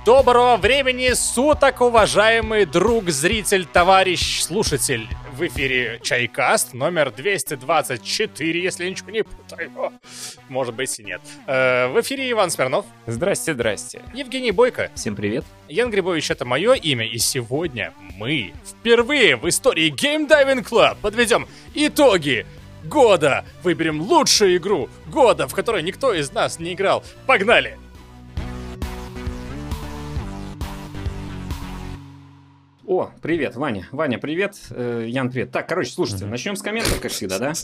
Доброго времени суток, уважаемый друг, зритель, товарищ, слушатель. В эфире Чайкаст, номер 224, если я ничего не путаю. Может быть и нет. В эфире Иван Смирнов. Здрасте. Евгений Бойко. Всем привет. Ян Грибович — это мое имя, и сегодня мы впервые в истории Game Diving Club подведем итоги года. Выберем лучшую игру года, в которой никто из нас не играл. Погнали! О, привет, Ваня. Ваня, привет. Ян, привет. Так, короче, слушайте, начнем с комментов, как всегда, да?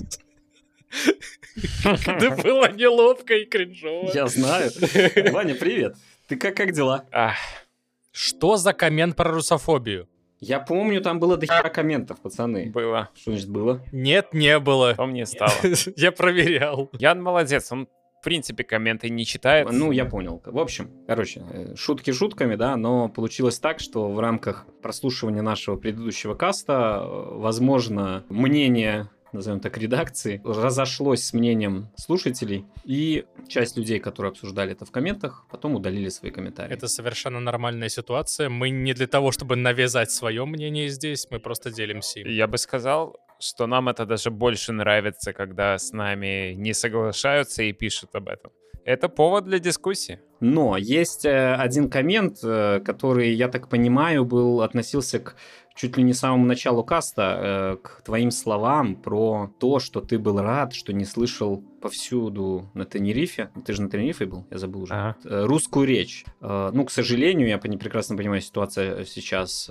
Это было неловко и кринжово. Я знаю. Ваня, привет. Ты как дела? Что за коммент про русофобию? Я помню, там было дохера комментов, пацаны. Было. Что значит было? Нет, не было. Потом не стало. Я проверял. Ян молодец, он в принципе комменты не читает. Ну, я понял. В общем, шутки шутками, да, но получилось так, что в рамках прослушивания нашего предыдущего каста, возможно, мнение, назовем так, редакции, разошлось с мнением слушателей, и часть людей, которые обсуждали это в комментах, потом удалили свои комментарии. Это совершенно нормальная ситуация. Мы не для того, чтобы навязать свое мнение здесь, мы просто делимся им. Я бы сказал, что нам это даже больше нравится, когда с нами не соглашаются и пишут об этом. Это повод для дискуссии. Но есть один коммент, который, я так понимаю, относился к чуть ли не самому началу каста, к твоим словам про то, что ты был рад, что не слышал повсюду на Тенерифе. Ты же на Тенерифе был? Я забыл уже. Русскую речь. Ну, к сожалению, я прекрасно понимаю, ситуация сейчас,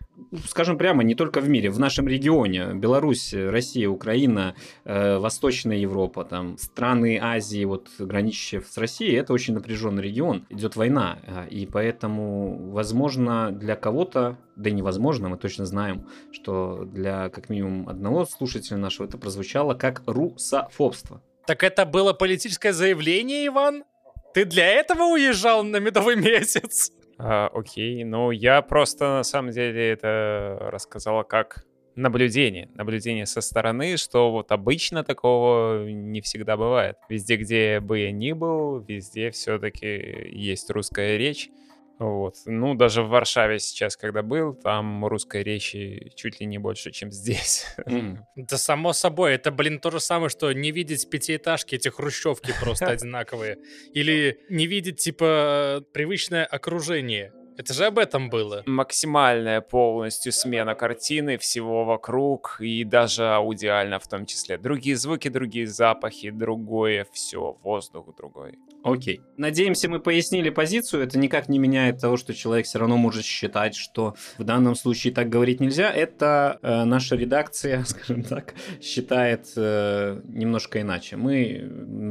скажем прямо, не только в мире, в нашем регионе. Беларусь, Россия, Украина, Восточная Европа, там, страны Азии, вот, граничащие с Россией, это очень напряженный регион. Идет война, и поэтому, возможно, для кого-то, да и невозможно, мы точно знаем, что для как минимум одного слушателя нашего это прозвучало как русофобство. Так это было политическое заявление, Иван? Ты для этого уезжал на медовый месяц? Окей, ну я просто на самом деле это рассказала как наблюдение со стороны, что вот обычно такого не всегда бывает. Везде, где бы я ни был, везде все-таки есть русская речь. Вот. Ну, даже в Варшаве сейчас, когда был, там русской речи чуть ли не больше, чем здесь. Да само собой, это, то же самое, что не видеть пятиэтажки, эти хрущевки просто одинаковые. Или не видеть, типа, привычное окружение. Это же об этом было. Максимальная полностью смена картины, всего вокруг, и даже аудиально в том числе. Другие звуки, другие запахи, другое все, воздух другой. Окей. Надеемся, мы пояснили позицию. Это никак не меняет того, что человек все равно может считать, что в данном случае так говорить нельзя. Это наша редакция, скажем так, считает немножко иначе. Мы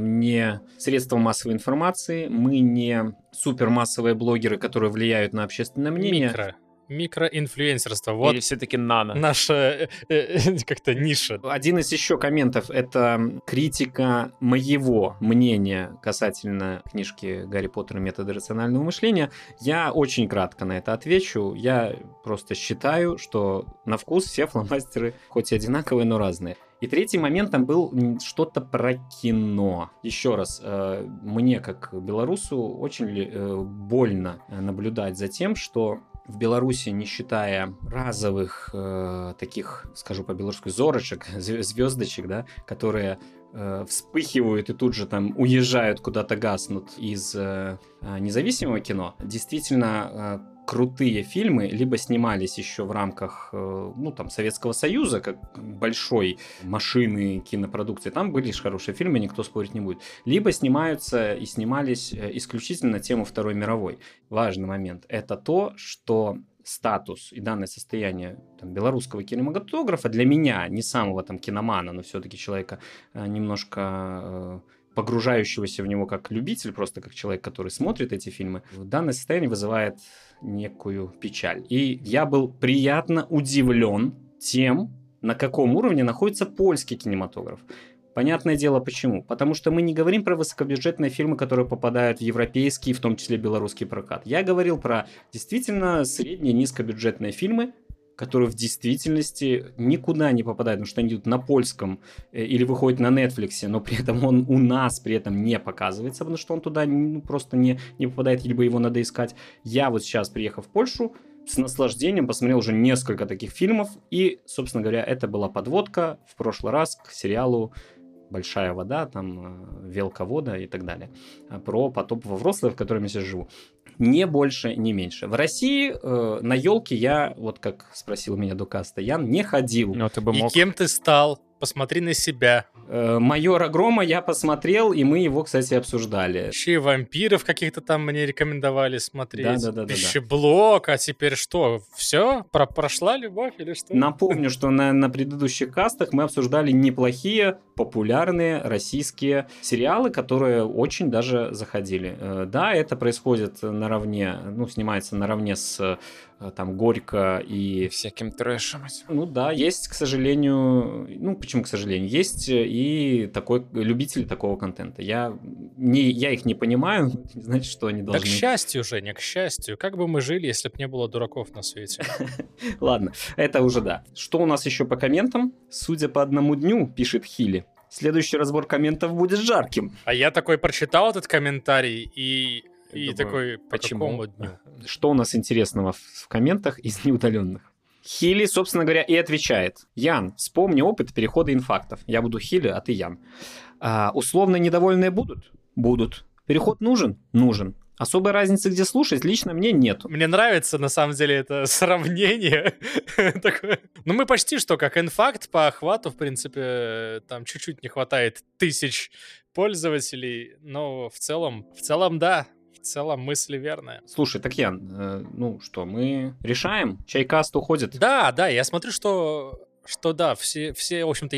не средства массовой информации, мы не супермассовые блогеры, которые влияют на общественное мнение. Микроинфлюенсерство. Вот. Или все-таки нано. Наша как-то ниша. Один из еще комментов — это критика моего мнения касательно книжки «Гарри Поттер и методы рационального мышления». Я очень кратко на это отвечу. Я просто считаю, что на вкус все фломастеры хоть и одинаковые, но разные. И третий момент там был что-то про кино. Еще раз, мне, как белорусу, очень больно наблюдать за тем, что в Беларуси, не считая разовых таких, скажу по-белорусски, зорочек, звездочек, да, которые вспыхивают и тут же там уезжают куда-то, гаснут из независимого кино, действительно крутые фильмы либо снимались еще в рамках, Советского Союза, как большой машины кинопродукции, там были хорошие фильмы, никто спорить не будет, либо снимаются и снимались исключительно на тему Второй мировой. Важный момент — это то, что статус и данное состояние белорусского кинематографа для меня, не самого киномана, но все-таки человека немножко погружающегося в него как любитель, просто как человек, который смотрит эти фильмы, данное состояние вызывает некую печаль. И я был приятно удивлен тем, на каком уровне находится польский кинематограф. Понятное дело, почему. Потому что мы не говорим про высокобюджетные фильмы, которые попадают в европейский, в том числе белорусский прокат. Я говорил про действительно средние, низкобюджетные фильмы, которые в действительности никуда не попадают, потому что они идут на польском или выходят на Netflix, но при этом он у нас при этом не показывается, потому что он туда просто не попадает, либо его надо искать. Я вот сейчас, приехав в Польшу, с наслаждением посмотрел уже несколько таких фильмов, и, собственно говоря, это была подводка в прошлый раз к сериалу «Большая вода», там «Велковода» и так далее, про потоп во Вроцлаве, в котором я сейчас живу. Не больше, не меньше. В России на елке я, вот как спросил меня Дукаста Ян, не ходил. Но ты бы мог. И кем ты стал? Посмотри на себя. «Майора Грома» я посмотрел, и мы его, кстати, обсуждали. Еще и вампиров каких-то там мне рекомендовали смотреть. Да. Пищеблок, а теперь что? Все? Прошла любовь или что? Напомню, что на предыдущих кастах мы обсуждали неплохие, популярные российские сериалы, которые очень даже заходили. Да, это происходит наравне, снимается наравне с там «Горько» и всяким трэшем. Ну да, есть, к сожалению, почему к сожалению, есть и такой любители такого контента. Я их не понимаю, не значит, что они должны... Да к счастью, Женя, к счастью. Как бы мы жили, если бы не было дураков на свете? Ладно, это уже да. Что у нас еще по комментам? Судя по одному дню, пишет Хили, следующий разбор комментов будет жарким. А я такой прочитал этот комментарий и думаю, такой, почему? по какому дню? Что у нас интересного в комментах из неудаленных? Хили, собственно говоря, и отвечает. Ян, вспомни опыт перехода инфактов. Я буду Хили, а ты Ян. Условно недовольные будут? Будут. Переход нужен? Нужен. Особой разницы, где слушать, лично мне нету. Мне нравится, на самом деле, это сравнение. Ну, мы почти что как инфакт по охвату, в принципе, там чуть-чуть не хватает 1000 пользователей, но в целом, да. В целом мысль верная. Слушай, так, Ян, мы решаем? Чайкаст уходит? Да, я смотрю, что да, все, в общем-то,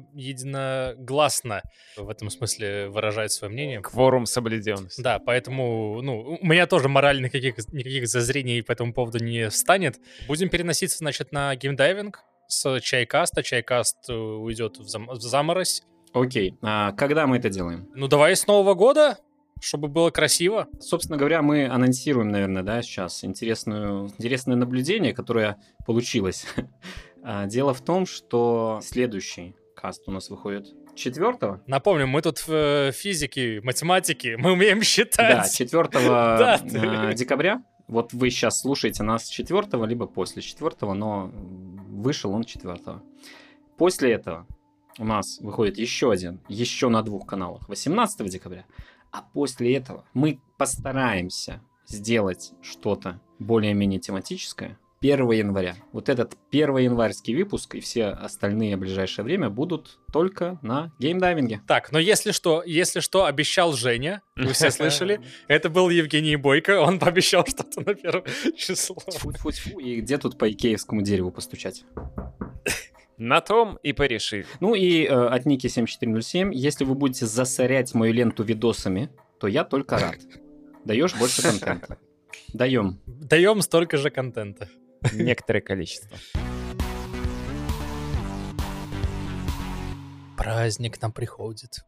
единогласно в этом смысле выражают свое мнение. Кворум соблюден. Да, поэтому, у меня тоже морально никаких зазрений по этому поводу не встанет. Будем переноситься, значит, на геймдайвинг с Чайкаста. Чайкаст уйдет в заморозь. Окей, а когда мы это делаем? Давай с Нового года, чтобы было красиво. Собственно говоря, мы анонсируем, наверное, да, сейчас интересное наблюдение, которое получилось. Дело в том, что следующий каст у нас выходит 4-го. Напомню, мы тут в физике, математике, мы умеем считать. Да, 4 декабря. Вот вы сейчас слушаете нас 4-го, либо после 4-го, но вышел он 4-го. После этого у нас выходит еще на 2 каналах, 18 декабря. А после этого мы постараемся сделать что-то более-менее тематическое 1 января. Вот этот 1 январский выпуск и все остальные в ближайшее время будут только на геймдайвинге. Так, но если что, обещал Женя, вы все слышали, это был Евгений Бойко, он пообещал что-то на 1 число. Тьфу-тьфу-тьфу, и где тут по икеевскому дереву постучать? На том и порешили. Ну и от Ники 7407, если вы будете засорять мою ленту видосами, то я только рад. Даешь больше контента. Даем столько же контента. Некоторое количество. Праздник к нам приходит.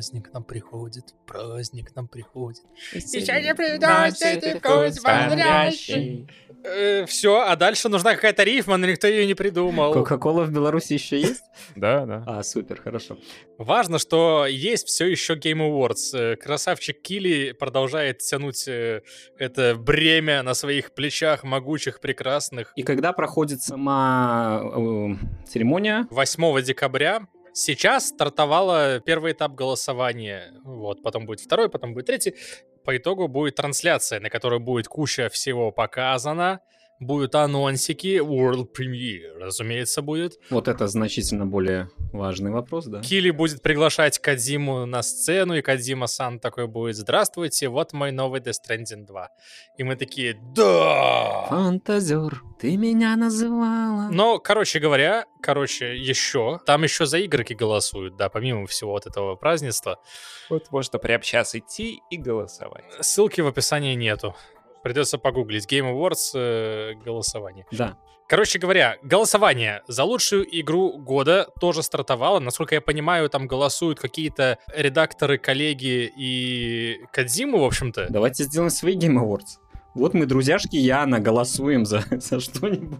Еще не приносит вкус бодрящий. Все, а дальше нужна какая-то рифма, но никто ее не придумал. Кока-кола в Беларуси еще есть? Да. Супер, хорошо. Важно, что есть все еще Game Awards. Красавчик Килли продолжает тянуть это бремя на своих плечах, могучих, прекрасных. И когда проходит сама церемония? 8 декабря. Сейчас стартовала первый этап голосования. Потом будет 2, потом будет 3. По итогу будет трансляция, на которой будет куча всего показано. Будут анонсики, World Premiere, разумеется, будет. Вот это значительно более важный вопрос, да? Килли будет приглашать Кодзиму на сцену, и Кодзима-сан такой будет: «Здравствуйте, вот мой новый Death Stranding 2». И мы такие: «Да!» Фантазер, ты меня называла. Но, короче говоря, там еще за игроки голосуют, да, помимо всего вот этого празднества. Вот можно прямо сейчас идти и голосовать. Ссылки в описании нету. Придется погуглить. Game Awards голосование. Да. Короче говоря, голосование за лучшую игру года тоже стартовало. Насколько я понимаю, там голосуют какие-то редакторы, коллеги и Кодзиму, в общем-то. Давайте сделаем свои Game Awards. Вот мы, друзьяшки Яна, голосуем за что-нибудь.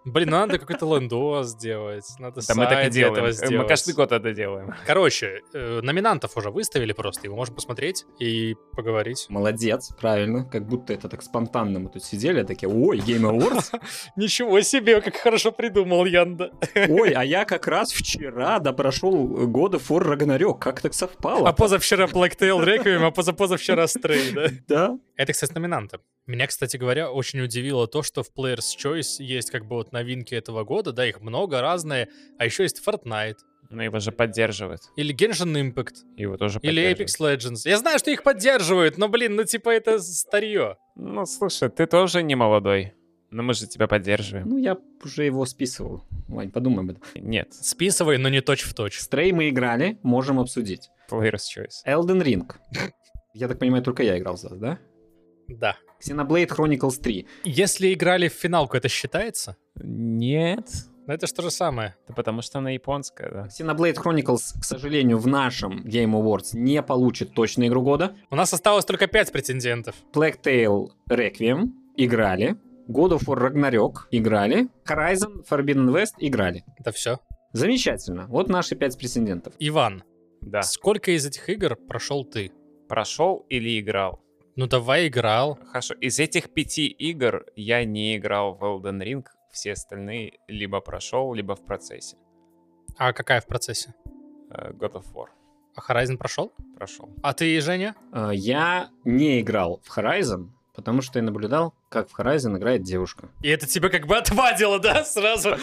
Блин, ну надо какой-то лендос сделать, надо Да мы так и сайт для этого делаем. Мы сделать. каждый год это делаем. Короче, номинантов уже выставили просто, его можно посмотреть и поговорить. Молодец, правильно. Как будто это так спонтанно мы тут сидели, такие, ой, Game Awards? Ничего себе, как хорошо придумал Янда. Ой, а я как раз вчера допрошел God of War Ragnarok. Как так совпало? А позавчера Plague Tale Requiem, а позапозавчера Stray, да? Да. Это, кстати, номинанты. Меня, кстати говоря, очень удивило то, что в Player's Choice есть как бы вот новинки этого года, да, их много, разные, а еще есть Fortnite, Но его же поддерживают. или Genshin Impact, Его тоже или поддерживают. Apex Legends. Я знаю, что их поддерживают, но, блин, ну типа это старье. Ну, слушай, ты тоже не молодой. Но мы же тебя поддерживаем. Ну, я уже его списывал. Вань, подумай об этом. Нет, Списывай, но не точь-в-точь. Стрей мы играли, можем обсудить. Player's Choice. Elden Ring. Я так понимаю, только я играл за, да? Да. Xenoblade Chronicles 3. Если играли в финалку, это считается? Нет. Ну это же то же самое. Это потому что она японская, да. Xenoblade Chronicles, к сожалению, в нашем Game Awards не получит точно игру года. У нас осталось только 5 претендентов. Plague Tale Requiem играли. God of War Ragnarok играли. Horizon Forbidden West играли. Это все. Замечательно. Вот наши 5 претендентов. Иван, Да. сколько из этих игр прошел ты? Прошел или играл? Ну давай играл. Хорошо. Из этих 5 игр я не играл в Elden Ring. Все остальные либо прошел, либо в процессе. А какая в процессе? God of War. А Horizon прошел? Прошел. А ты, Женя? Я не играл в Horizon, потому что я наблюдал, как в Horizon играет девушка. И это тебя как бы отвадило, да, сразу?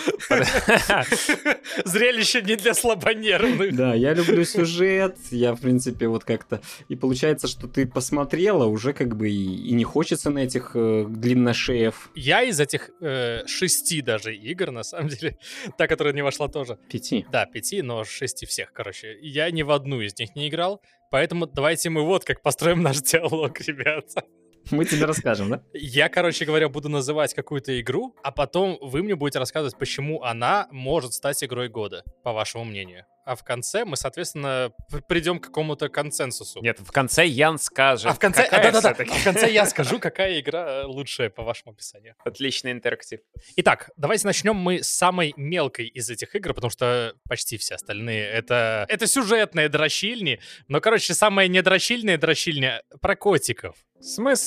Зрелище не для слабонервных. Да, я люблю сюжет, я, в принципе, вот как-то... И получается, что ты посмотрела, уже как бы и не хочется на этих длинношеев. Я из этих 6 даже игр, на самом деле, та, которая не вошла тоже. 5. Да, 5, но 6 всех, короче. Я ни в одну из них не играл, поэтому давайте мы вот как построим наш диалог, ребята. Мы тебе расскажем, да? Я, короче говоря, буду называть какую-то игру, а потом вы мне будете рассказывать, почему она может стать игрой года, по вашему мнению. А в конце мы, соответственно, придем к какому-то консенсусу. Нет, в конце Ян скажет. А в конце, какая да-да-да, всё-таки. в конце я скажу, какая игра лучшая по вашему описанию. Отличный интерактив. Итак, давайте начнем мы с самой мелкой из этих игр, потому что почти все остальные это сюжетные дрочильни, но, короче, самая недрочильная дрочильня про котиков. В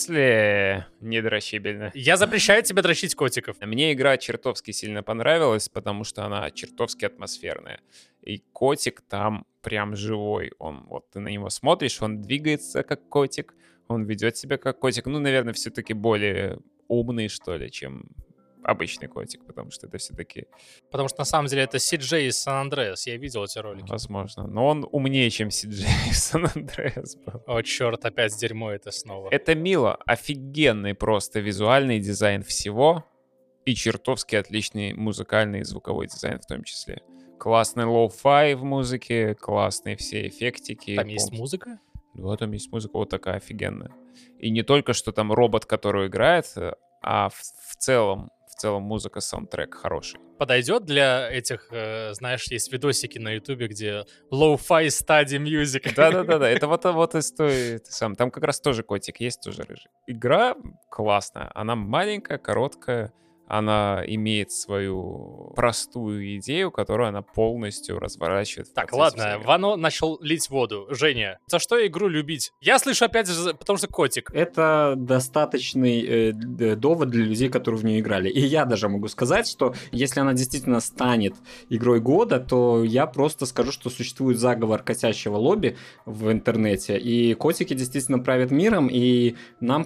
смысле недрочибельно? Я запрещаю тебе дрочить котиков. Мне игра чертовски сильно понравилась, потому что она чертовски атмосферная. И котик там прям живой. Вот ты на него смотришь, он двигается как котик, он ведет себя как котик. Ну, наверное, все-таки более умный, что ли, чем обычный котик, потому что это все-таки... Потому что, на самом деле, это CJ из San Andreas. Я видел эти ролики. Возможно. Но он умнее, чем CJ в Сан-Андреас был. О, черт, опять дерьмо это снова. Это мило. Офигенный просто визуальный дизайн всего. И чертовски отличный музыкальный и звуковой дизайн в том числе. Классный лоу-фай в музыке, классные все эффектики. Там есть музыка? Да, там есть музыка вот такая офигенная. И не только, что там робот, который играет, а в целом музыка, саундтрек хороший. Подойдет для этих, знаешь, есть видосики на ютубе, где low-fi study music. Да-да-да, это вот из той самой. Там как раз тоже котик есть, тоже рыжий. Игра классная. Она маленькая, короткая. Она имеет свою простую идею, которую она полностью разворачивает. в Так, процессе ладно, всей игры. Вано начал лить воду. Женя, за что игру любить? Я слышу опять же, потому что котик. Это достаточный довод для людей, которые в нее играли. И я даже могу сказать, что если она действительно станет игрой года, то я просто скажу, что существует заговор котячьего лобби в интернете, и котики действительно правят миром, и нам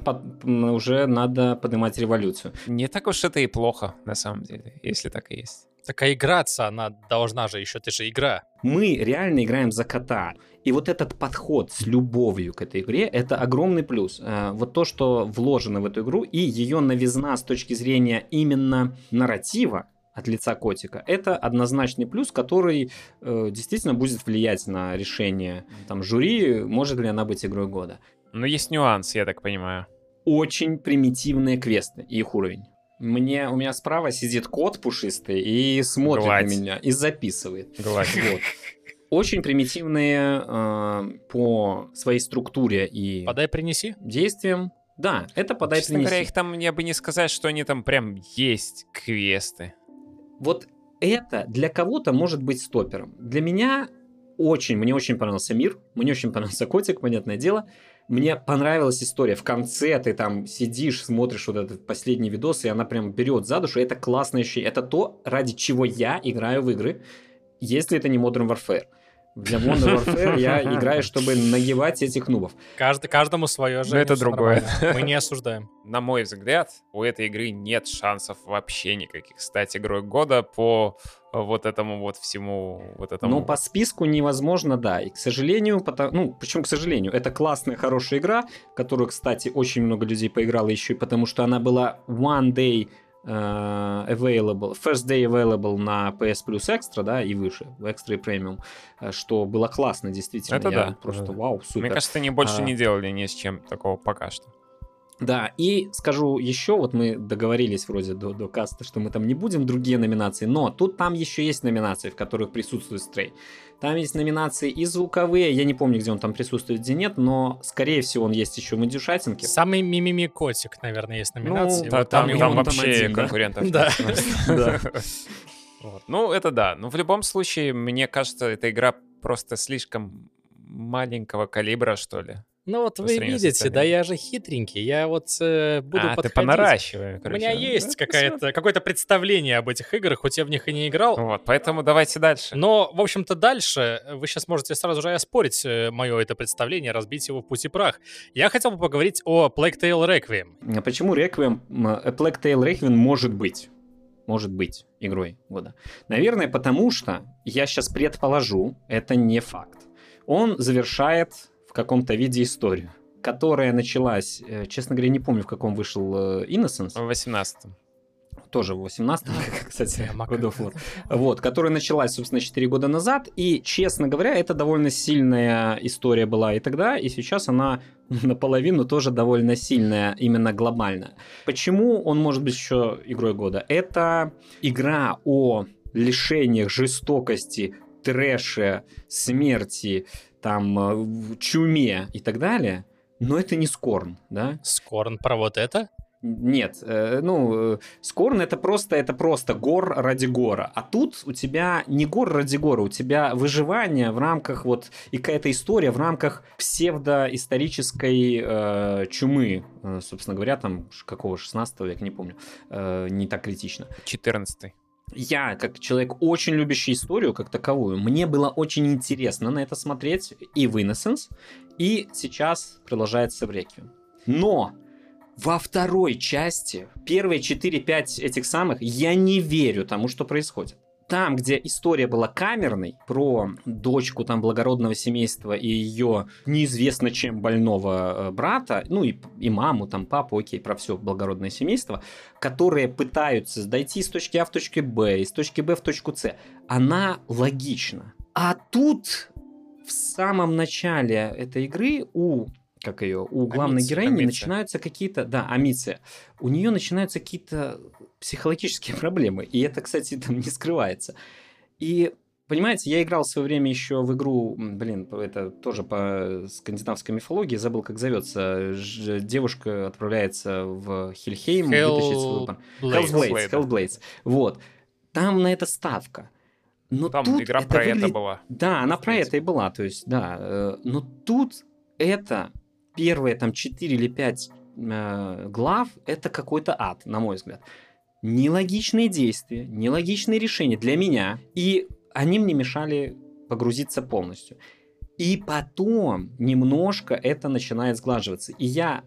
уже надо поднимать революцию. Не так уж это и плохо, на самом деле, если так и есть. Так а играться она должна же еще, ты же игра. Мы реально играем за кота. И вот этот подход с любовью к этой игре, это огромный плюс. Вот то, что вложено в эту игру, и ее новизна с точки зрения именно нарратива от лица котика, это однозначный плюс, который действительно будет влиять на решение там, жюри, может ли она быть игрой года. Но есть нюанс, я так понимаю. Очень примитивные квесты и их уровень. У меня справа сидит кот пушистый и смотрит Гладь. на меня и записывает. Гладь. Вот. Очень примитивные по своей структуре и Подай, принеси. действиям. Да, это подай Честно говоря, принеси. их там, я бы не сказать, что они там прям есть квесты. вот это для кого-то может быть стопером. Для меня мне очень понравился мир, мне очень понравился котик, понятное дело. Мне понравилась история. В конце ты там сидишь, смотришь вот этот последний видос, и она прям берет за душу. Это классное ощущение. Это то, ради чего я играю в игры, если это не Modern Warfare. Для Modern Warfare я играю, чтобы нагибать этих нубов. Каждому свое же. Но это другое. Мы не осуждаем. На мой взгляд, у этой игры нет шансов вообще никаких стать игрой года по вот этому вот всему вот этому. Но по списку невозможно, да. И, к сожалению, почему к сожалению? Это классная, хорошая игра, которую, кстати, очень много людей поиграло еще и потому, что она была one day first day available на PS Plus Extra, да, и выше, в Extra и Premium, что было классно, действительно. Это да. Просто вау, супер. Мне кажется, они больше не делали ни с чем такого пока что. Да, и скажу еще, вот мы договорились вроде до каста, что мы там не будем другие номинации, но там еще есть номинации, в которых присутствует Stray. Там есть номинации и звуковые, я не помню, где он там присутствует, где нет, но, скорее всего, он есть еще в индюшатинке. Самый мимими котик, наверное, есть номинации. Там вообще конкурентов. Да. Ну, это да. Но в любом случае, мне кажется, эта игра просто слишком маленького калибра, что ли. Ну вот вы видите, да я же хитренький, я вот буду подходить. Ты понаращивай. У меня есть какое-то представление об этих играх, хоть я в них и не играл. Вот, поэтому давайте дальше. Но, в общем-то, дальше вы сейчас можете сразу же оспорить мое это представление, разбить его в путь и прах. Я хотел бы поговорить о Plague Tale Requiem. Почему Requiem, Plague Tale Requiem может быть игрой года? Наверное, потому что, я сейчас предположу, это не факт. Он завершает в каком-то виде историю, которая началась, честно говоря, не помню, в каком вышел Innocence. В 18-м. Тоже в 18-м, кстати, вот, которая началась, собственно, 4 года назад, и, честно говоря, это довольно сильная история была и тогда, и сейчас она наполовину тоже довольно сильная, именно глобальная. Почему он может быть еще игрой года? Это игра о лишениях, жестокости, трэше, смерти, там, чуме и так далее, но это не Скорн, да? Скорн про вот это? Нет, Скорн это просто гор ради гора. А тут у тебя не гор ради гора, у тебя выживание в рамках вот и какая-то история в рамках псевдоисторической чумы, собственно говоря, там какого 16 века, не помню, не так критично. 14-й. Я, как человек, очень любящий историю как таковую, мне было очень интересно на это смотреть и в Innocence, и сейчас продолжается в Requiem. Но во второй части, первые 4-5 этих самых, я не верю тому, что происходит. Там, где история была камерной, про дочку там благородного семейства и ее неизвестно чем больного брата, ну и маму, там папу, окей, про все благородное семейство, которые пытаются дойти из точки А в точку Б, из точки Б в точку С, она логична. А тут в самом начале этой игры у главной героини начинаются какие-то... Да, Амиция. У нее начинаются какие-то психологические проблемы. И это, кстати, там не скрывается. И, понимаете, я играл в свое время еще в игру... это тоже по скандинавской мифологии. Забыл, как зовется. Девушка отправляется в Хельхейм вытащить свой... Hellblades. Вот. Там на это ставка. Но там тут игра про это была. Да, она про это и была. То есть, да. Но тут это... Первые там 4 или 5 глав — это какой-то ад, на мой взгляд. Нелогичные действия, нелогичные решения для меня. И они мне мешали погрузиться полностью. И потом немножко это начинает сглаживаться. И я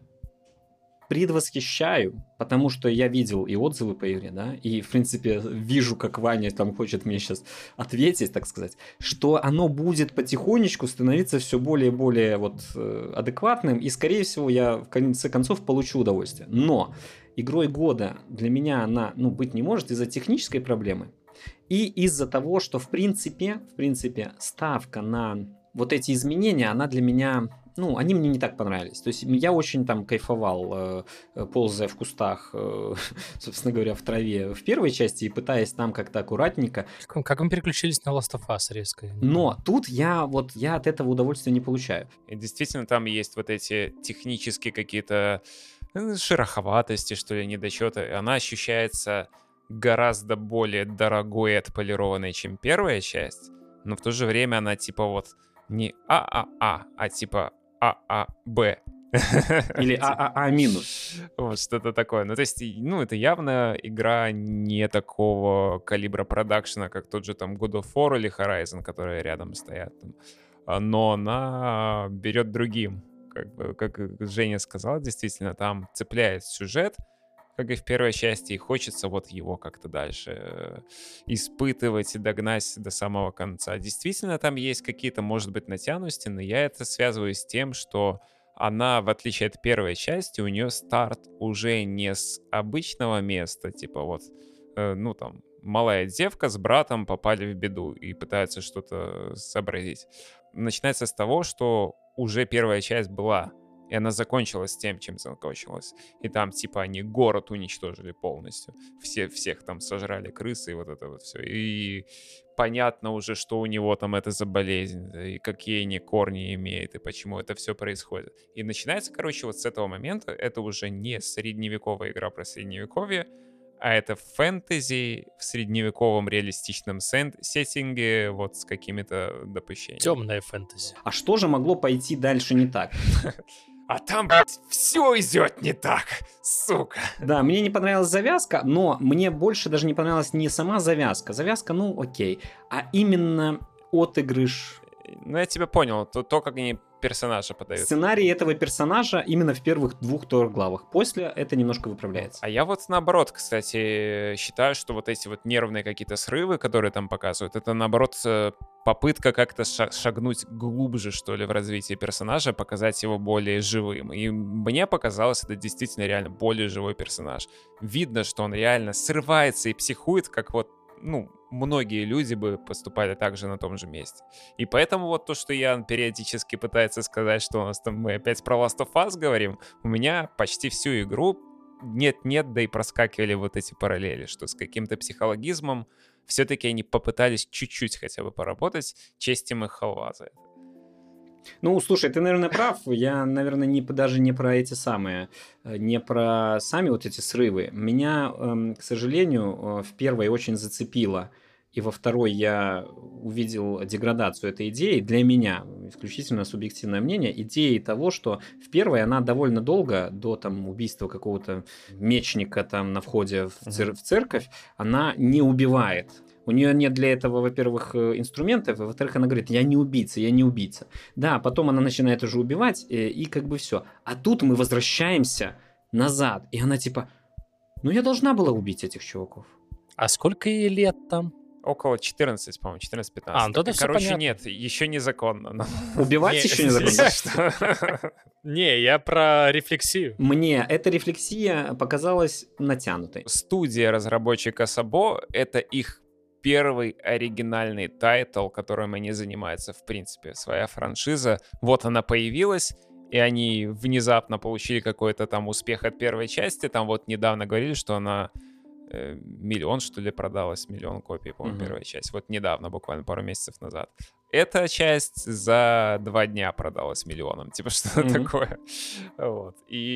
предвосхищаю, потому что я видел и отзывы по игре, да, и, в принципе, вижу, как Ваня там хочет мне сейчас ответить, так сказать, что оно будет потихонечку становиться все более и более вот адекватным, и, скорее всего, я в конце концов получу удовольствие. Но игрой года для меня она, быть не может из-за технической проблемы и из-за того, что, в принципе, ставка на вот эти изменения, она для меня... они мне не так понравились. То есть я очень там кайфовал, ползая в кустах, собственно говоря, в траве в первой части и пытаясь там как-то аккуратненько. Как мы переключились на Last of Us резко? Но тут я от этого удовольствия не получаю. И действительно там есть вот эти технические какие-то шероховатости, что ли, недочеты. Она ощущается гораздо более дорогой и отполированной, чем первая часть, но в то же время она типа вот не ААА, а типа ААБ. Или ААА минус. Вот что-то такое. Ну, то есть, ну, это явно игра не такого калибра продакшена, как тот же там God of War или Horizon, которые рядом стоят. Но она берет другим. Как Женя сказал, действительно, там цепляет сюжет, как и в первой части, и хочется вот его как-то дальше испытывать и догнать до самого конца. Действительно, там есть какие-то, может быть, натянутости, но я это связываю с тем, что она, в отличие от первой части, у нее старт уже не с обычного места, типа вот, ну там, малая девка с братом попали в беду и пытаются что-то сообразить. Начинается с того, что уже первая часть была, и она закончилась тем, чем закончилась. И там, типа, они город уничтожили полностью. Всех там сожрали крысы и вот это вот все. И понятно уже, что у него там это за болезнь, и какие они корни имеет, и почему это все происходит. И начинается, короче, вот с этого момента. Это уже не средневековая игра про средневековье, а это фэнтези в средневековом реалистичном сеттинге, вот с какими-то допущениями. Темная фэнтези. А что же могло пойти дальше не так? А там, блядь, все идет не так, сука. Да, мне не понравилась завязка, но мне больше даже не понравилась не сама завязка. Завязка, ну окей, а именно отыгрыш. Ну, я тебя понял, то как они персонажа подают. Сценарий этого персонажа именно в первых 2 главах. После это немножко выправляется. А я вот наоборот, кстати, считаю, что вот эти вот нервные какие-то срывы, которые там показывают, это наоборот попытка как-то шагнуть глубже, что ли, в развитии персонажа, показать его более живым. И мне показалось, это действительно реально более живой персонаж. Видно, что он реально срывается и психует, как вот, ну, многие люди бы поступали так же на том же месте. И поэтому вот то, что Ян периодически пытается сказать, что у нас там мы опять про Last of Us говорим, у меня почти всю игру нет-нет, да и проскакивали вот эти параллели, что с каким-то психологизмом все-таки они попытались чуть-чуть хотя бы поработать, честь им их халва за это. Ну, слушай, ты, наверное, прав. Я, наверное, даже не про эти самые, не про сами вот эти срывы. Меня, к сожалению, в первой очень зацепило, и во второй я увидел деградацию этой идеи. Для меня, исключительно субъективное мнение, идеи того, что в первой она довольно долго, до там убийства какого-то мечника там на входе в церковь, она не убивает. У нее нет для этого, во-первых, инструментов, и, во-вторых, она говорит, я не убийца, я не убийца. Да, потом она начинает уже убивать, и как бы все. А тут мы возвращаемся назад, и она типа, ну я должна была убить этих чуваков. А сколько ей лет там? Около 14, по-моему, 14-15. Ну тогда все короче, понятно. Нет, еще незаконно. Но... Убивать еще незаконно? Не, я про рефлексию. Мне эта рефлексия показалась натянутой. Студия разработчика Сабо — это их первый оригинальный тайтл, которым они занимаются, в принципе, своя франшиза. Вот она появилась, и они внезапно получили какой-то там успех от первой части. Там вот недавно говорили, что она 1 миллион, что ли, продалась, 1 миллион копий, по-моему, первая часть. Вот недавно, буквально пару месяцев назад. Эта часть за 2 дня продалась 1 миллионом, типа что-то такое. Вот.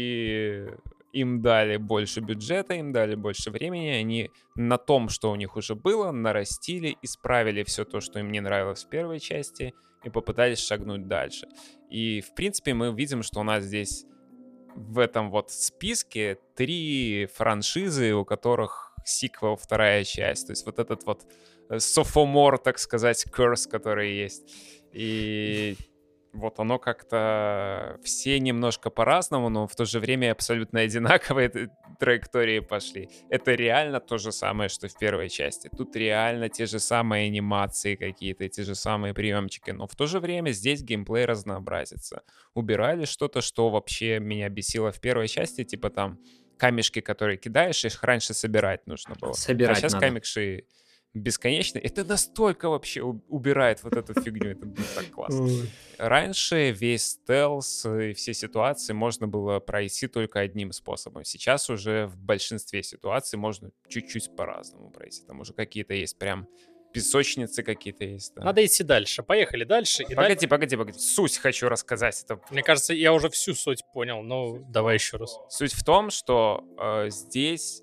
И им дали больше бюджета, им дали больше времени, они на том, что у них уже было, нарастили, исправили все то, что им не нравилось в первой части, и попытались шагнуть дальше. И, в принципе, мы видим, что у нас здесь в этом вот списке 3 франшизы, у которых сиквел 2 часть. То есть вот этот вот sophomore, так сказать, curse, который есть. И вот оно как-то все немножко по-разному, но в то же время абсолютно одинаковые траектории пошли. Это реально то же самое, что в первой части. Тут реально те же самые анимации какие-то, те же самые приемчики, но в то же время здесь геймплей разнообразится. Убирали что-то, что вообще меня бесило в первой части, типа там камешки, которые кидаешь, их раньше собирать нужно было. Собирать а сейчас надо. камеши бесконечно. Это настолько вообще убирает вот эту фигню. Это так классно. Раньше весь стелс и все ситуации можно было пройти только одним способом. Сейчас уже в большинстве ситуаций можно чуть-чуть по-разному пройти. Там уже какие-то есть прям песочницы какие-то есть. Да. Надо идти дальше. Поехали дальше. Погоди. Суть хочу рассказать. Это... Мне кажется, я уже всю суть понял, но давай еще раз. Суть в том, что здесь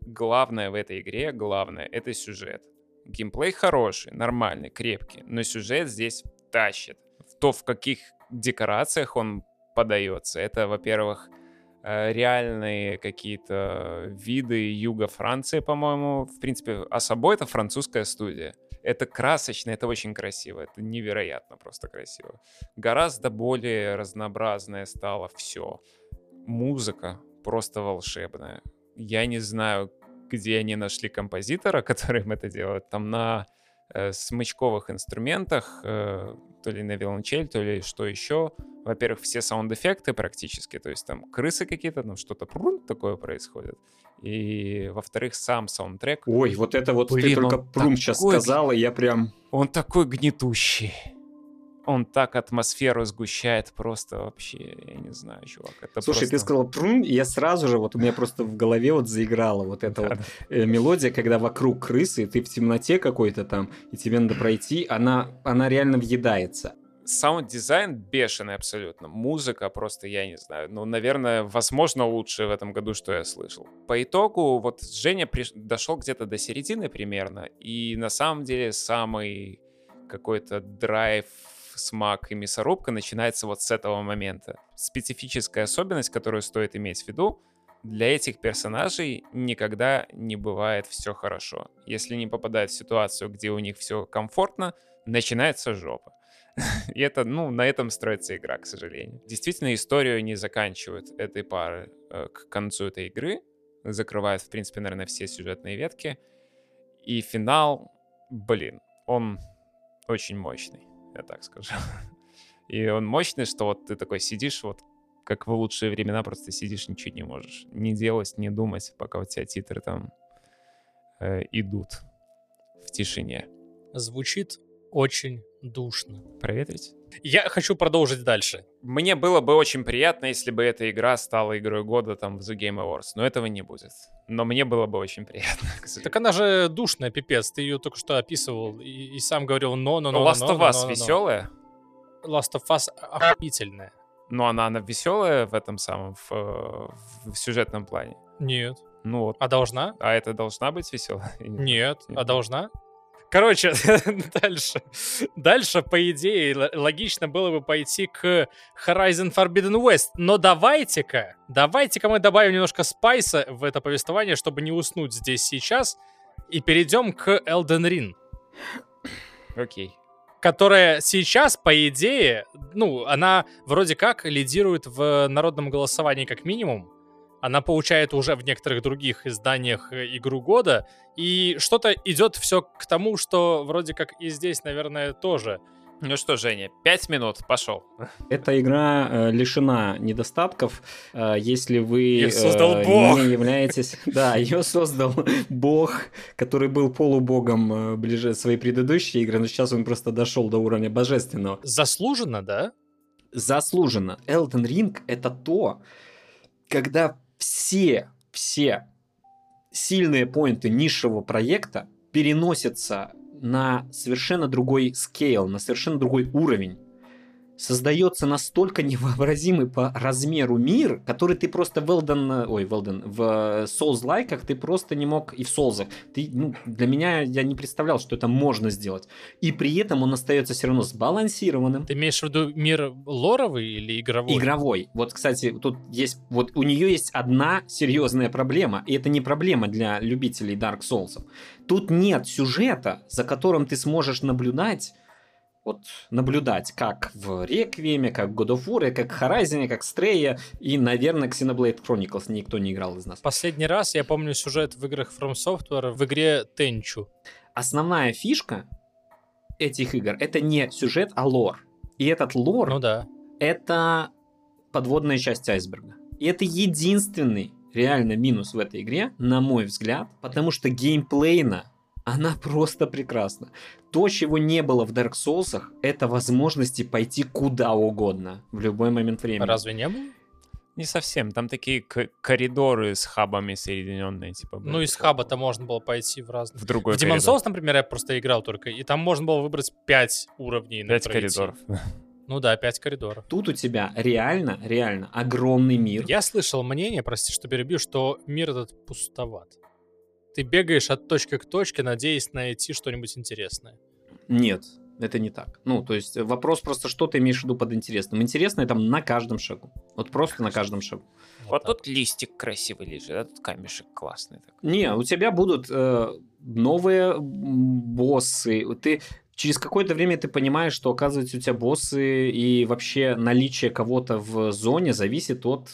главное в этой игре, это сюжет. Геймплей хороший, нормальный, крепкий, но сюжет здесь тащит. То, в каких декорациях он подается, это, во-первых, реальные какие-то виды юга Франции, по-моему. В принципе, Особо — это французская студия. Это красочно, это очень красиво, это невероятно просто красиво. Гораздо более разнообразное стало все. Музыка просто волшебная. Я не знаю, где они нашли композитора, который им это делает. Там на смычковых инструментах, то ли на виолончель, то ли что еще. Во-первых, все саунд-эффекты практически, то есть там крысы какие-то, там что-то такое происходит. И, во-вторых, сам саундтрек. Ой, вот это вот ты только прум сейчас сказал, и я прям... Он такой гнетущий. Он так атмосферу сгущает просто вообще, я не знаю, чувак. Это Слушай, просто... ты сказал прум, и я сразу же, вот у меня просто в голове вот заиграла вот эта вот мелодия, когда вокруг крысы, и ты в темноте какой-то там, и тебе надо пройти, она реально въедается. Саунд-дизайн бешеный абсолютно. Музыка просто, я не знаю. Ну, наверное, возможно, лучшее в этом году, что я слышал. По итогу, вот Женя дошел где-то до середины примерно, и на самом деле самый какой-то драйв, смак и мясорубка начинается вот с этого момента. Специфическая особенность, которую стоит иметь в виду, для этих персонажей никогда не бывает все хорошо. Если не попадают в ситуацию, где у них все комфортно, начинается жопа. И это, на этом строится игра, к сожалению. Действительно, историю не заканчивают этой пары к концу этой игры. Закрывают, в принципе, наверное, все сюжетные ветки. И финал, он очень мощный, я так скажу. И он мощный, что вот ты такой сидишь, вот как в лучшие времена, просто сидишь, ничего не можешь. Не делать, не думать, пока у тебя титры там идут в тишине. Звучит очень душно. Проветрить? Я хочу продолжить дальше. Мне было бы очень приятно, если бы эта игра стала игрой года там в The Game Awards, но этого не будет. Но мне было бы очень приятно. Так она же душная, пипец. Ты ее только что описывал и сам говорил но. Last of Us веселая? Last of Us охуительная. Но она веселая в этом самом, в сюжетном плане? Нет. Ну вот. А должна? А это должна быть веселая? Нет. А должна? Короче, дальше, по идее, логично было бы пойти к Horizon Forbidden West. Но давайте-ка мы добавим немножко спайса в это повествование, чтобы не уснуть здесь сейчас, и перейдем к Elden Ring. Окей. Которая сейчас, по идее, она вроде как лидирует в народном голосовании как минимум. Она получает уже в некоторых других изданиях игру года. И что-то идет все к тому, что вроде как и здесь, наверное, тоже. Ну что, Женя, 5 минут, пошел. Эта игра лишена недостатков, если вы Её создал Бог. Не являетесь... Да, ее создал Бог, который был полубогом ближе своей предыдущей игры, но сейчас он просто дошел до уровня божественного. Заслуженно, да? Заслуженно. Elden Ring — это то, когда все сильные поинты нишевого проекта переносятся на совершенно другой скейл, на совершенно другой уровень. Создается настолько невообразимый по размеру мир, который ты просто в Souls-лайках ты просто не мог, и в Souls'ах. Для меня, я не представлял, что это можно сделать. И при этом он остается все равно сбалансированным. Ты имеешь в виду мир лоровый или игровой? Игровой. Вот, кстати, тут есть, вот у нее есть одна серьезная проблема, и это не проблема для любителей Dark Souls. Тут нет сюжета, за которым ты сможешь наблюдать, как в Реквиеме, как в God of War, как в Horizon, как в Stray, и, наверное, Xenoblade Chronicles никто не играл из нас. Последний раз я помню сюжет в играх From Software в игре Tenchu. Основная фишка этих игр — это не сюжет, а лор. И этот лор это подводная часть айсберга. И это единственный реально минус в этой игре, на мой взгляд, потому что геймплейно она просто прекрасна. То, чего не было в Dark Souls'ах, это возможности пойти куда угодно в любой момент времени. Разве не было? Не совсем. Там такие коридоры с хабами соединенные. Из хаба-то можно было пойти в разные... В другой В Demon's Souls, например, я просто играл только, и там можно было выбрать 5 уровней. 5 коридоров. 5 коридоров. Тут у тебя реально огромный мир. Я слышал мнение, прости, что перебью, что мир этот пустоват. ты бегаешь от точки к точке, надеясь найти что-нибудь интересное. Нет, это не так. Ну, то есть вопрос просто, что ты имеешь в виду под интересным. Интересное там на каждом шагу. Вот просто на каждом шагу. Вот тут листик красивый лежит, а тут камешек классный. Не, у тебя будут новые боссы. Ты через какое-то время ты понимаешь, что, оказывается, у тебя боссы и вообще наличие кого-то в зоне зависит от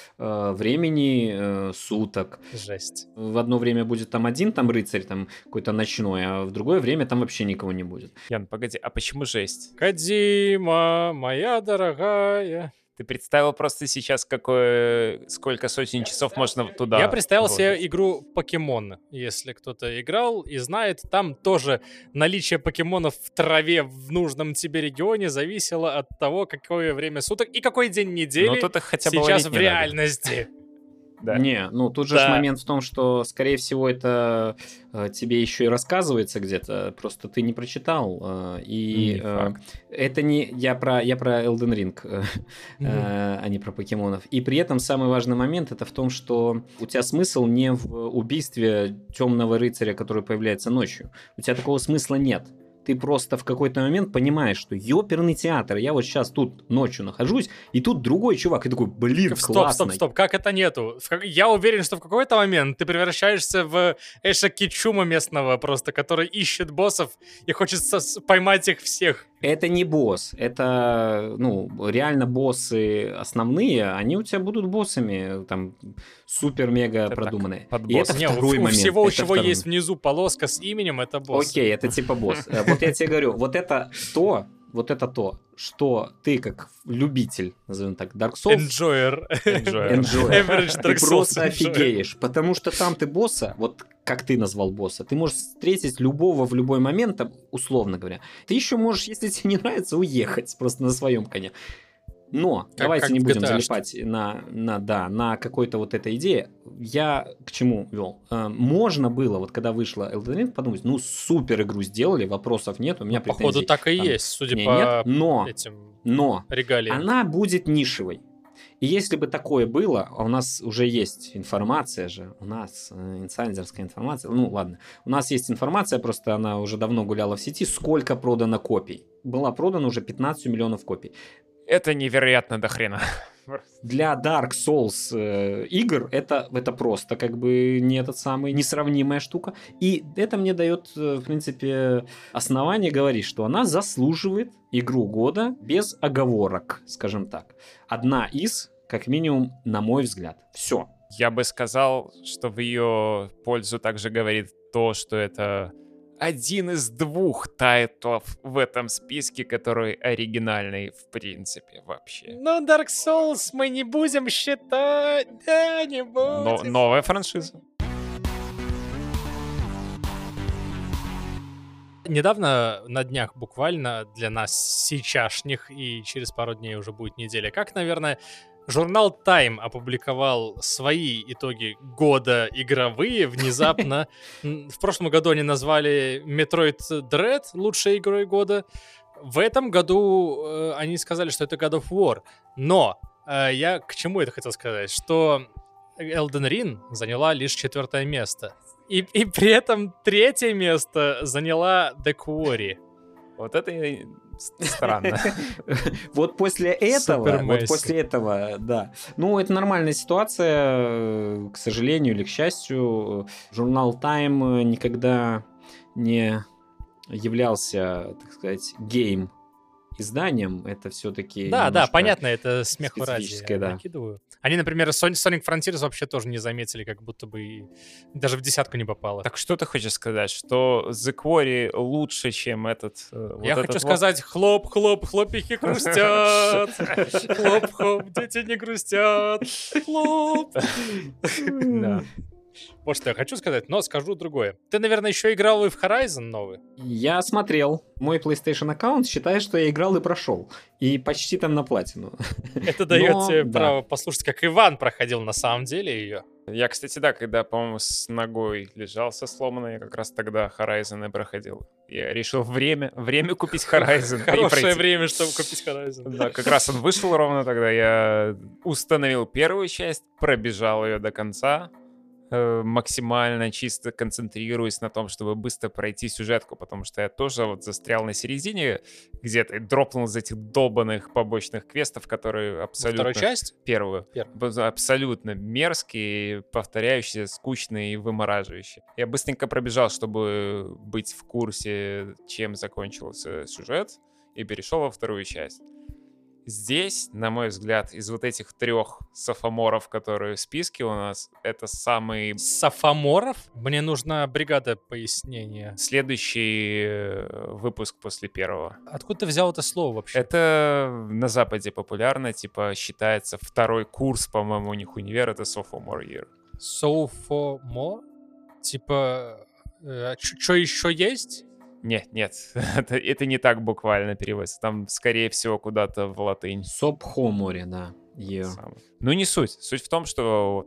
времени суток. Жесть. В одно время будет там один там рыцарь, там какой-то ночной, а в другое время там вообще никого не будет. Ян, погоди, а почему жесть? Кадима, моя дорогая. Ты представил просто сейчас, сколько сотен часов можно туда... Я представил себе вложить? игру Покемон. Если кто-то играл и знает, там тоже наличие покемонов в траве в нужном тебе регионе зависело от того, какое время суток и какой день недели Ну, тут их хотя бы сейчас ловить в не надо. реальности. Да. Не, ну тут же Да. ж момент в том, что, скорее всего, это тебе еще и рассказывается где-то, просто ты не прочитал. И Не факт. это не... Я про Elden Ring, а не про покемонов. И при этом самый важный момент это в том, что у тебя смысл не в убийстве темного рыцаря, который появляется ночью. У тебя такого смысла нет. Ты просто в какой-то момент понимаешь, что ёперный театр, я вот сейчас тут ночью нахожусь, и тут другой чувак, и такой, блин, классно. Стоп, как это нету? Я уверен, что в какой-то момент ты превращаешься в Эша Кичума местного просто, который ищет боссов и хочет поймать их всех. Это не босс, это, ну, реально боссы основные, они у тебя будут боссами, там, супер-мега Это продуманные. так, под И это босс. Не, второй у момент. всего, у это чего второй есть момент. внизу полоска с именем, это босс. Окей, это типа босс. Вот я тебе говорю, вот это то, что ты как любитель, назовем так, Dark Souls, Enjoyer. enjoy, Average ты Dark Souls просто enjoyer. офигеешь, потому что там ты босса, вот как ты назвал босса, ты можешь встретить любого в любой момент, там, условно говоря. Ты еще можешь, если тебе не нравится, уехать просто на своем коне. Но давайте как не в будем GTA-шке. залипать на какой-то вот этой идее. Я к чему вел? Можно было, вот когда вышла Elden Ring, подумать, ну супер игру сделали, вопросов нет, у меня претензий Походу так и там есть, судя не по нет, но этим регалиям. она будет нишевой. И если бы такое было, а у нас уже есть информация же, у нас инсайдерская информация, ну ладно, у нас есть информация, просто она уже давно гуляла в сети, сколько продано копий. Было продано уже 15 миллионов копий. Это невероятно до хрена. Для Dark Souls игр это просто как бы не этот самый несравнимая штука. И это мне дает, в принципе, основание говорить, что она заслуживает игру года без оговорок, скажем так. Одна из, как минимум, на мой взгляд. Все. Я бы сказал, что в ее пользу также говорит то, что это один из 2 тайтлов в этом списке, который оригинальный в принципе вообще. Но Dark Souls мы не будем считать, да, не будем. Новая франшиза. Недавно, на днях буквально, для нас сейчасшних, и через пару дней уже будет неделя, как, наверное, журнал Time опубликовал свои итоги года игровые внезапно. В прошлом году они назвали Metroid Dread лучшей игрой года. В этом году они сказали, что это God of War. Но я к чему это хотел сказать? Что Elden Ring заняла лишь 4-е место. И при этом 3-е место заняла The Quarry. Вот это странно. Вот после этого, да. Ну, это нормальная ситуация, к сожалению или к счастью. Журнал Time никогда не являлся, так сказать, гейм-изданием. Это все-таки Да, понятно, это смеху ради. специфическое, да. Накидываю. Они, например, Sonic Frontiers вообще тоже не заметили, как будто бы даже в 10-ку не попало. Так что ты хочешь сказать? Что The Quarry лучше, чем этот... Я хочу сказать, хлоп-хлоп, хлопихи грустят. Хлоп-хлоп, дети не грустят. Хлоп. Да. Вот что я хочу сказать, но скажу другое. Ты, наверное, еще играл и в Horizon новый? Я смотрел. Мой PlayStation аккаунт считает, что я играл и прошел. И почти там на платину. Это дает тебе да. право послушать, как Иван проходил на самом деле ее. Я, кстати, да, когда, по-моему, с ногой лежал со сломанной, я как раз тогда Horizon и проходил. Я решил время купить Horizon. Хорошее время, чтобы купить Horizon. Да, как раз он вышел ровно тогда. Я установил первую часть, пробежал ее до конца. максимально чисто концентрируюсь на том, чтобы быстро пройти сюжетку, потому что я тоже вот застрял на середине где-то и дропнул из этих долбанных побочных квестов, которые абсолютно... Вторую часть? Первую. Абсолютно мерзкие, повторяющиеся, скучные и вымораживающие. Я быстренько пробежал, чтобы быть в курсе, чем закончился сюжет, и перешел во вторую часть. Здесь, на мой взгляд, из вот этих 3 софоморов, которые в списке у нас, это самый... Софоморов? Мне нужна бригада пояснения. Следующий выпуск после первого. Откуда ты взял это слово вообще? Это на Западе популярно, типа считается 2-й курс, по-моему, у них универ, это sophomore year. Sophomore? Типа, что еще есть? Нет, это не так буквально переводится. Там, скорее всего, куда-то в латынь. Сопхоморе, да. Ну, не суть. Суть в том, что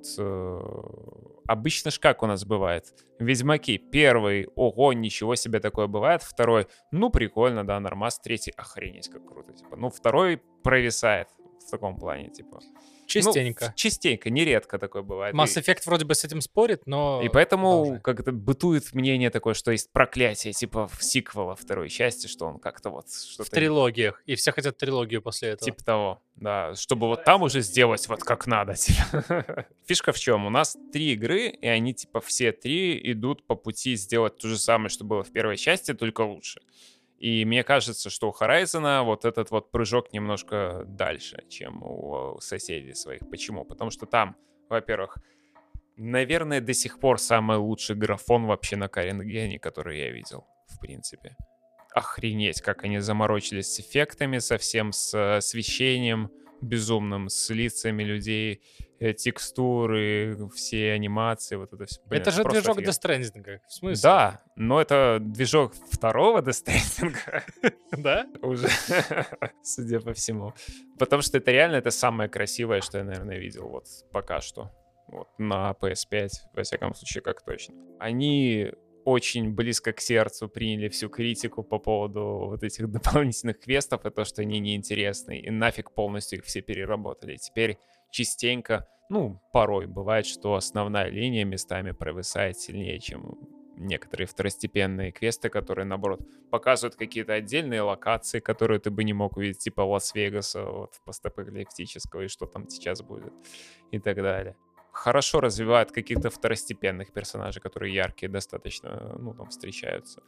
вот обычно ж как у нас бывает. Ведьмаки. 1, ого, ничего себе такое бывает. 2, ну, прикольно, да, нормас. 3, охренеть, как круто. Типа. Ну, 2 провисает в таком плане, типа. Частенько. Ну, частенько, нередко такое бывает. Mass Effect вроде бы с этим спорит, но... И поэтому как-то бытует мнение такое, что есть проклятие, типа в сиквела 2 части, что он как-то вот... В трилогиях. И все хотят трилогию после этого. Типа того, да. Чтобы вот там уже сделать вот как надо. Типа. Фишка в чем? У нас 3 игры, и они типа все 3 идут по пути сделать то же самое, что было в первой части, только лучше. И мне кажется, что у Horizon вот этот вот прыжок немножко дальше, чем у соседей своих. Почему? Потому что там, во-первых, наверное, до сих пор самый лучший графон вообще на Current Gen, который я видел, в принципе. Охренеть, как они заморочились с эффектами, совсем с освещением безумным, с лицами людей, текстуры, все анимации, вот это все. Это же движок Death Stranding, в смысле? Да, но это движок 2-го Death Stranding. Да? Уже, судя по всему. Потому что это реально это самое красивое, что я, наверное, видел вот пока что. Вот, на PS5, во всяком случае, как точно. Они очень близко к сердцу приняли всю критику по поводу вот этих дополнительных квестов и то, что они неинтересны, и нафиг полностью их все переработали. Теперь частенько, ну, порой бывает, что основная линия местами провисает сильнее, чем некоторые второстепенные квесты, которые, наоборот, показывают какие-то отдельные локации, которые ты бы не мог увидеть, типа Лас-Вегаса, вот, постапокалиптического, и что там сейчас будет, и так далее. Хорошо развивают каких-то второстепенных персонажей, которые яркие достаточно, ну, там, встречаются.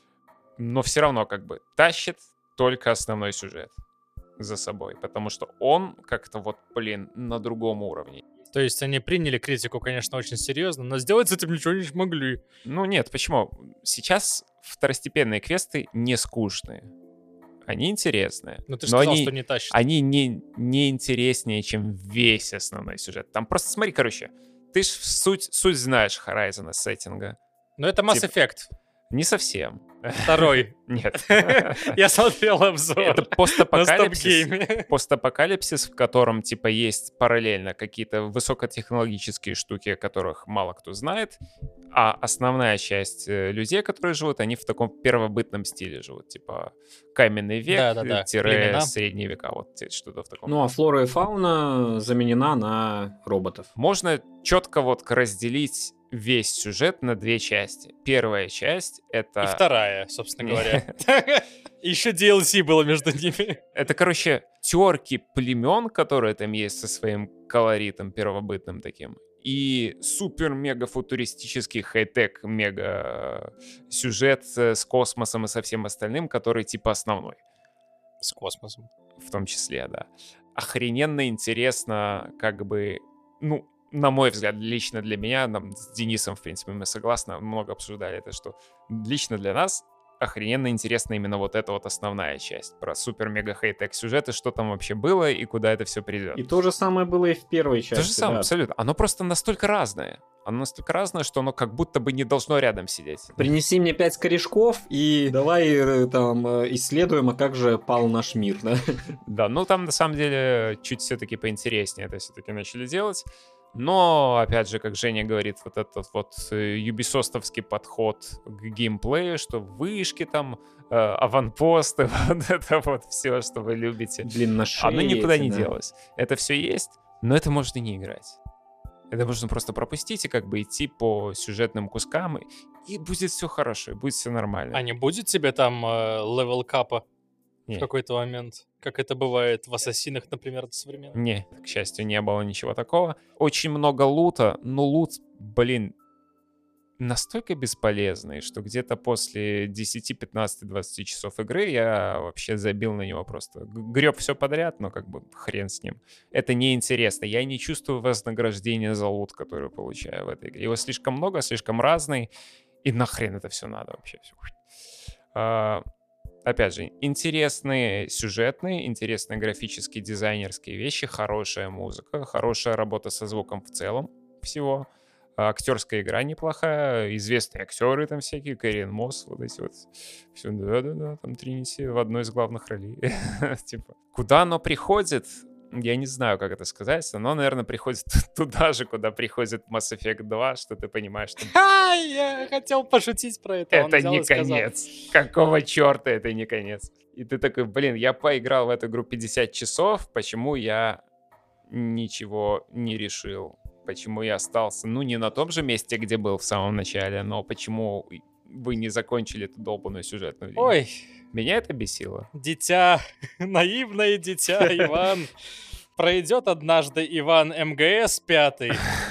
Но все равно, как бы, тащит только основной сюжет за собой, потому что он как-то вот, блин, на другом уровне. То есть они приняли критику, конечно, очень серьезно, но сделать с этим ничего не смогли. Ну, нет, почему? Сейчас второстепенные квесты не скучные. Они интересные. Но ты же сказал, что не тащат. Они не интереснее, чем весь основной сюжет. Там просто смотри, короче, ты ж суть знаешь Horizon сеттинга. Но это Mass Effect. Не совсем. 2. Нет. Я смотрел обзор. Это постапокалипсис, в котором, типа, есть параллельно какие-то высокотехнологические штуки, о которых мало кто знает, а основная часть людей, которые живут, они в таком первобытном стиле живут, типа каменный век, средние века, вот что-то в таком. Ну, а флора и фауна заменена на роботов. Можно четко вот разделить весь сюжет на 2 части. Первая часть — это... И вторая, собственно говоря. Еще DLC было между ними. Это, короче, терки племен, которые там есть со своим колоритом первобытным таким, и супер-мега-футуристический хай-тек мега-сюжет с космосом и со всем остальным, который типа основной. С космосом. В том числе, да. Охрененно интересно, как бы, ну, на мой взгляд, лично для меня, нам с Денисом, в принципе, мы согласны, много обсуждали это, что лично для нас охрененно интересна именно вот эта вот основная часть про супер-мега-хай-тек сюжеты, что там вообще было и куда это все придет. И то же самое было и в первой части. То же самое, да. Абсолютно. Оно просто настолько разное. Оно настолько разное, что оно как будто бы не должно рядом сидеть. Принеси мне 5 корешков и давай там исследуем, а как же пал наш мир, да? Да, ну там на самом деле чуть все-таки поинтереснее это все-таки начали делать. Но, опять же, как Женя говорит, вот этот вот юбисостовский подход к геймплею, что вышки там, аванпосты, вот это вот все, что вы любите. Длинношеи. Оно никуда не делось. Это все есть, но это можно и не играть. Это можно просто пропустить и как бы идти по сюжетным кускам, и будет все хорошо, и будет все нормально. А не будет тебе там левел капа в Не. какой-то момент? Как это бывает в Ассасинах, например, современных? Не, к счастью, не было ничего такого. Очень много лута, но лут, блин, настолько бесполезный, что где-то после 10, 15, 20 часов игры я вообще забил на него просто. Греб все подряд, но как бы хрен с ним. Это неинтересно. Я не чувствую вознаграждения за лут, который получаю в этой игре. Его слишком много, слишком разный, и нахрен это все надо вообще. Опять же, интересные сюжетные, интересные графические, дизайнерские вещи, хорошая музыка, хорошая работа со звуком в целом всего. Актерская игра неплохая, известные актеры там всякие, Кэрриан Мосс, вот эти вот. Все, да, там Тринити в одной из главных ролей. Типа, куда оно приходит, я не знаю, как это сказать, оно, наверное, приходит туда же, куда приходит Mass Effect 2, что ты понимаешь, что... Я хотел пошутить про это. Это не конец. Какого черта это не конец? И ты такой, блин, я поиграл в эту игру 50 часов, почему я ничего не решил? Почему я остался, ну, не на том же месте, где был в самом начале, но почему вы не закончили эту долбанную сюжетную линию? Ой, меня это бесило. Дитя, наивное дитя, Иван. Пройдет однажды Иван МГС 5.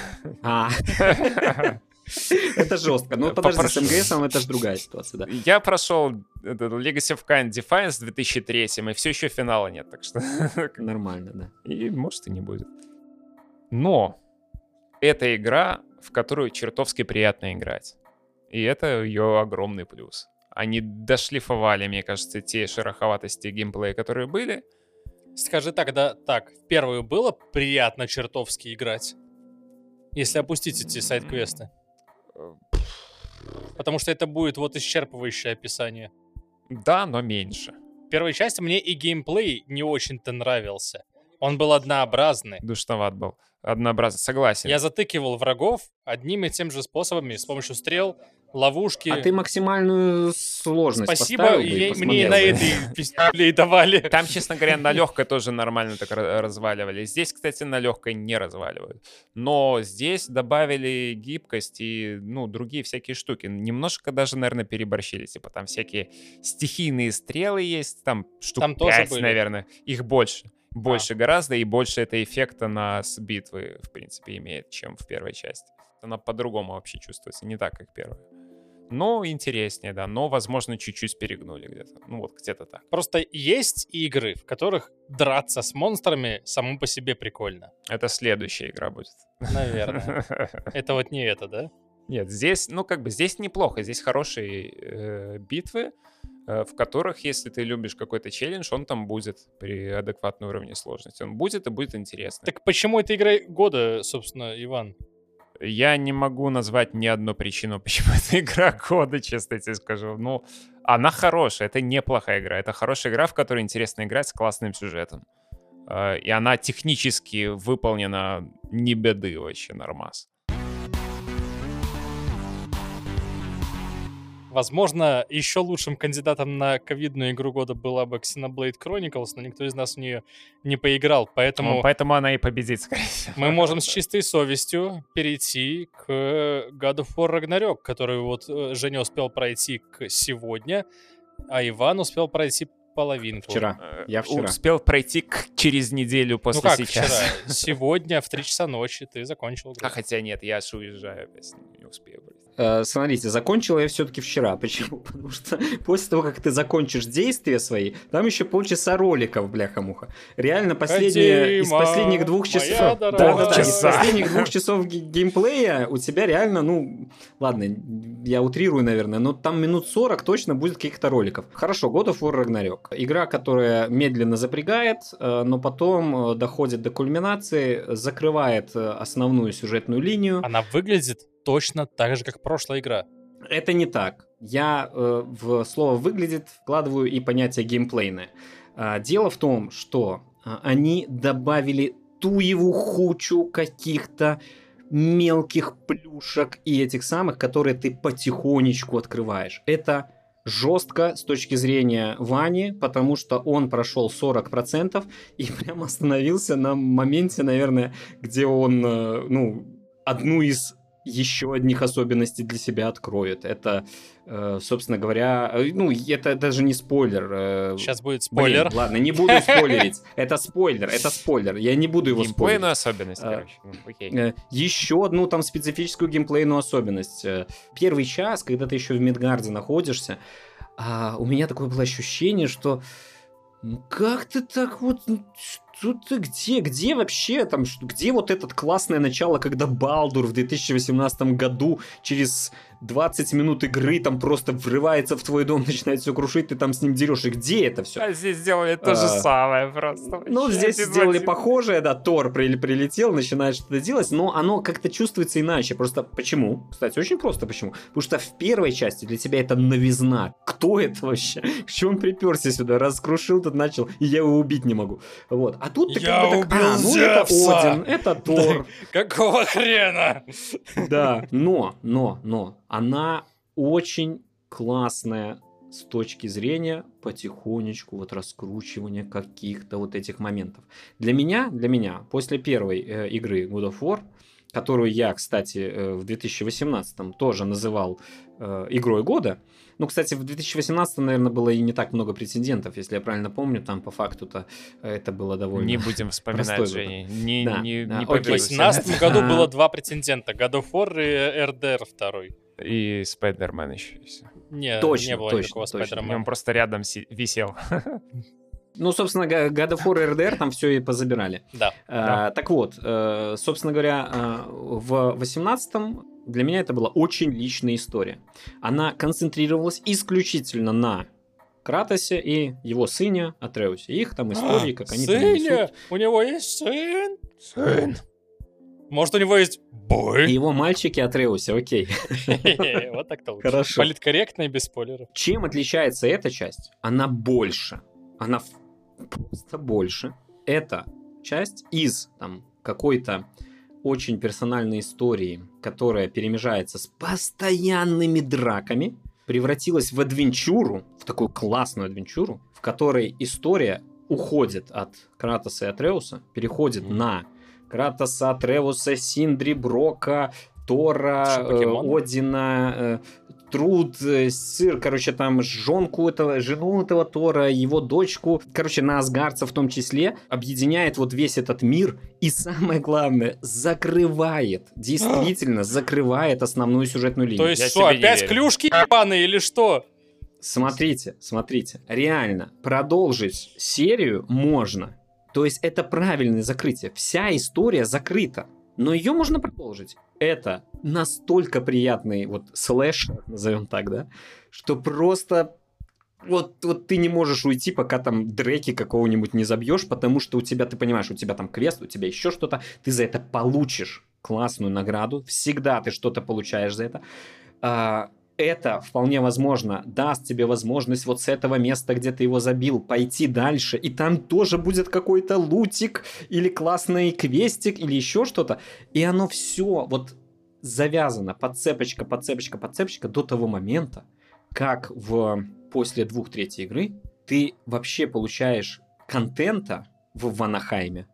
Это жестко. Ну, подожди, с МГСом это же другая ситуация, да. Я прошел Legacy of Kain Defiance в 2003, и все еще финала нет, так что... Нормально, да. И может и не будет. Но это игра, в которую чертовски приятно играть. И это ее огромный плюс. Они дошлифовали, мне кажется, те шероховатости геймплея, которые были. Скажи тогда так, в первую было приятно чертовски играть? Если опустить эти сайд-квесты. Потому что это будет вот исчерпывающее описание. Да, но меньше. В первой части мне и геймплей не очень-то нравился. Он был однообразный. Душноват был. Однообразно, согласен. Я затыкивал врагов одними и тем же способами, с помощью стрел, ловушки. А ты максимальную сложность Спасибо, поставил бы и мне посмотрел на бы. этой пиздюлей давали. Там, честно говоря, на легкой тоже нормально так разваливали. Здесь, кстати, на легкой не разваливают. Но здесь добавили гибкость и, ну, другие всякие штуки. Немножко даже, наверное, переборщили. Типа там всякие стихийные стрелы есть, там штук Там тоже 5, были. наверное. Их больше. Больше гораздо, и больше это эффекта на битвы, в принципе, имеет, чем в первой части. Она по-другому вообще чувствуется, не так, как первая. Но интереснее, да, но, возможно, чуть-чуть перегнули где-то. Ну вот, где-то так. Просто есть игры, в которых драться с монстрами само по себе прикольно. Это следующая игра будет. Наверное. Это вот не это, да? Нет, здесь, ну, как бы, здесь неплохо. Здесь хорошие битвы, в которых, если ты любишь какой-то челлендж, он там будет при адекватном уровне сложности. Он будет и будет интересно. Так почему это игра года, собственно, Иван? Я не могу назвать ни одну причину, почему это игра года, честно тебе скажу. Ну, она хорошая, это неплохая игра. Это хорошая игра, в которой интересно играть с классным сюжетом. И она технически выполнена не беды вообще, нормас. Возможно, еще лучшим кандидатом на ковидную игру года была бы Xenoblade Chronicles, но никто из нас в нее не поиграл, поэтому... Ну, поэтому она и победит, скорее всего. Мы можем с чистой совестью перейти к God of War Ragnarok, который вот Женя успел пройти сегодня, а Иван успел пройти половинку. Вчера. Я вчера. Успел пройти через неделю после Ну как сейчас. вчера? Сегодня в 3 часа ночи ты закончил игру. А хотя нет, я аж уезжаю, если не успею. Смотрите, закончил я все-таки вчера. Почему? Потому что после того, как ты закончишь действия свои, там еще полчаса роликов, бляха-муха. Реально, из последних 2 часов... Из последних 2 часов геймплея у тебя реально, ну... Ладно, я утрирую, наверное, но там минут 40 точно будет каких-то роликов. Хорошо, God of War Ragnarok. Игра, которая медленно запрягает, но потом доходит до кульминации, закрывает основную сюжетную линию. Она выглядит точно так же, как прошлая игра. Это не так. Я в слово «выглядит» вкладываю и понятие геймплейное. Дело в том, что они добавили туевухучу каких-то мелких плюшек и этих самых, которые ты потихонечку открываешь. Это жестко с точки зрения Вани, потому что он прошел 40% и прям остановился на моменте, наверное, где он, одну из еще одних особенностей для себя откроет. Это, собственно говоря, ну, это даже не спойлер. Сейчас будет спойлер. Блин, ладно, не буду спойлерить. Это спойлер. Я не буду его спойлерить. Геймплейную особенность, короче. Окей. Еще одну там специфическую геймплейную особенность. Первый час, когда ты еще в Мидгарде находишься, у меня такое было ощущение, что ну как ты так вот... Что ты, где вообще там, где вот это классное начало, когда Балдур в 2018 году через 20 минут игры там просто врывается в твой дом, начинает все крушить, ты там с ним дерешься, где это все? А здесь сделали то же самое просто. Ну, здесь сделали похожее, да, Тор прилетел, начинает что-то делать, но оно как-то чувствуется иначе. Просто почему? Кстати, очень просто почему. Потому что в первой части для тебя это новизна. Кто это вообще? К чему он приперся сюда? Раскрушил, тут начал, и я его убить не могу. Вот. А тут ты Я как бы так, убил ну Зевса! это Один, это Тор. Какого хрена? Да, но она очень классная с точки зрения потихонечку вот раскручивания каких-то вот этих моментов. Для меня, после первой игры God of War, которую я, кстати, в 2018 тоже называл игрой года. Ну, кстати, в 2018, наверное, было и не так много претендентов, если я правильно помню, там по факту-то это было довольно... Не будем вспоминать, Женя. Не окей. В 2018 году было 2 претендента. God of War и RDR 2. И Спайдермен еще. И все. Не, Точно, не было точно, никакого точно. И он Спайдермена. просто рядом висел. Ну, собственно, God of War и RDR там все и позабирали. Да. Так вот, собственно говоря, в 18-м для меня это была очень личная история. Она концентрировалась исключительно на Кратосе и его сыне Атреусе. Их там истории, как они там Сыне? несут. У него есть сын? Сын. Может, у него есть И бой? его мальчики Атреусе, окей. Вот так-то лучше. Хорошо. Политкорректно и без спойлеров. Чем отличается эта часть? Она больше. Она просто больше. Эта часть из там какой-то очень персональной истории, которая перемежается с постоянными драками, превратилась в адвенчуру, в такую классную адвенчуру, в которой история уходит от Кратоса и Атреуса, переходит на Кратоса, Атреуса, Синдри, Брока, Тора, Одина, Труд, Сыр, короче, там жену этого Тора, его дочку, короче, на асгардца в том числе, объединяет вот весь этот мир и, самое главное, действительно закрывает основную сюжетную линию. То есть что, опять клюшки ебаные или что? Смотрите, реально, продолжить серию можно. То есть это правильное закрытие. Вся история закрыта. Но ее можно продолжить. Это настолько приятный вот слэш, назовем так, да, что просто вот ты не можешь уйти, пока там дреки какого-нибудь не забьешь, потому что у тебя, ты понимаешь, у тебя там квест, у тебя еще что-то, ты за это получишь классную награду, всегда ты что-то получаешь за это. Это вполне возможно даст тебе возможность вот с этого места, где ты его забил, пойти дальше, и там тоже будет какой-то лутик или классный квестик или еще что-то, и оно все вот завязано подцепочка до того момента, как после 2/3 игры ты вообще получаешь контента в Ванахейме,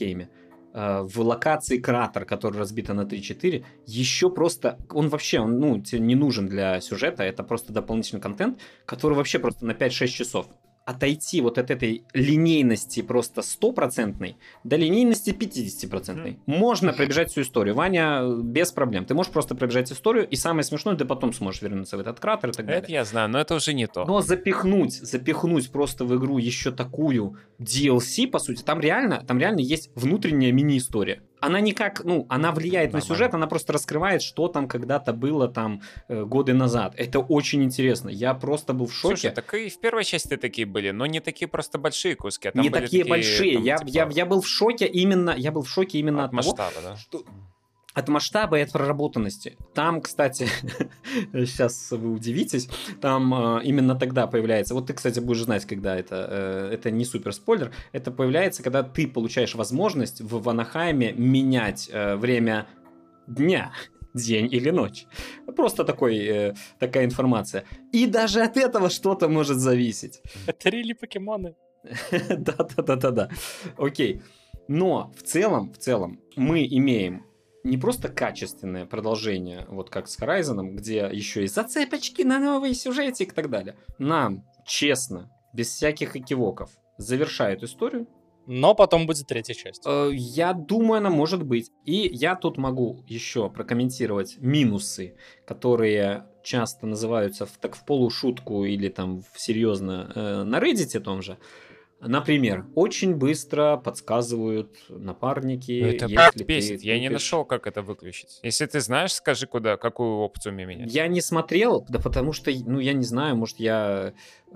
в локации кратер, который разбита на 3-4, еще просто... Он тебе не нужен для сюжета, это просто дополнительный контент, который вообще просто на 5-6 часов. Отойти вот от этой линейности просто 100% до линейности 50%. Можно пробежать всю историю. Ваня, без проблем. Ты можешь просто пробежать историю, и самое смешное, ты потом сможешь вернуться в этот кратер и так далее. Это я знаю, но это уже не то. Но запихнуть просто в игру еще такую DLC, по сути, там реально есть внутренняя мини-история. Она никак, она влияет на сюжет, она просто раскрывает, что там когда-то было там годы назад. Это очень интересно. Я просто был в шоке. Слушай, так и в первой части такие были, но не такие просто большие куски. А там не были такие большие. Там, я был в шоке именно от масштаба, того, да? что... От масштаба и от проработанности. Там, кстати, сейчас вы удивитесь, там именно тогда появляется, вот ты, кстати, будешь знать, когда это не супер спойлер, это появляется, когда ты получаешь возможность в Ванахайме менять время дня, день или ночь. Просто такая информация. И даже от этого что-то может зависеть. Это рили покемоны. Да. Окей. Но в целом мы имеем не просто качественное продолжение, вот как с Horizon, где еще и зацепочки на новый сюжетик и так далее. Нам, честно, без всяких экивоков, завершают историю. Но потом будет третья часть. Я думаю, она может быть. И я тут могу еще прокомментировать минусы, которые часто называются так в полушутку или там серьезно на Reddit том же. Например, очень быстро подсказывают напарники. Это бесит. Я не нашел, как это выключить. Если ты знаешь, скажи, какую опцию мне менять. Я не смотрел, да потому что, я не знаю, может, я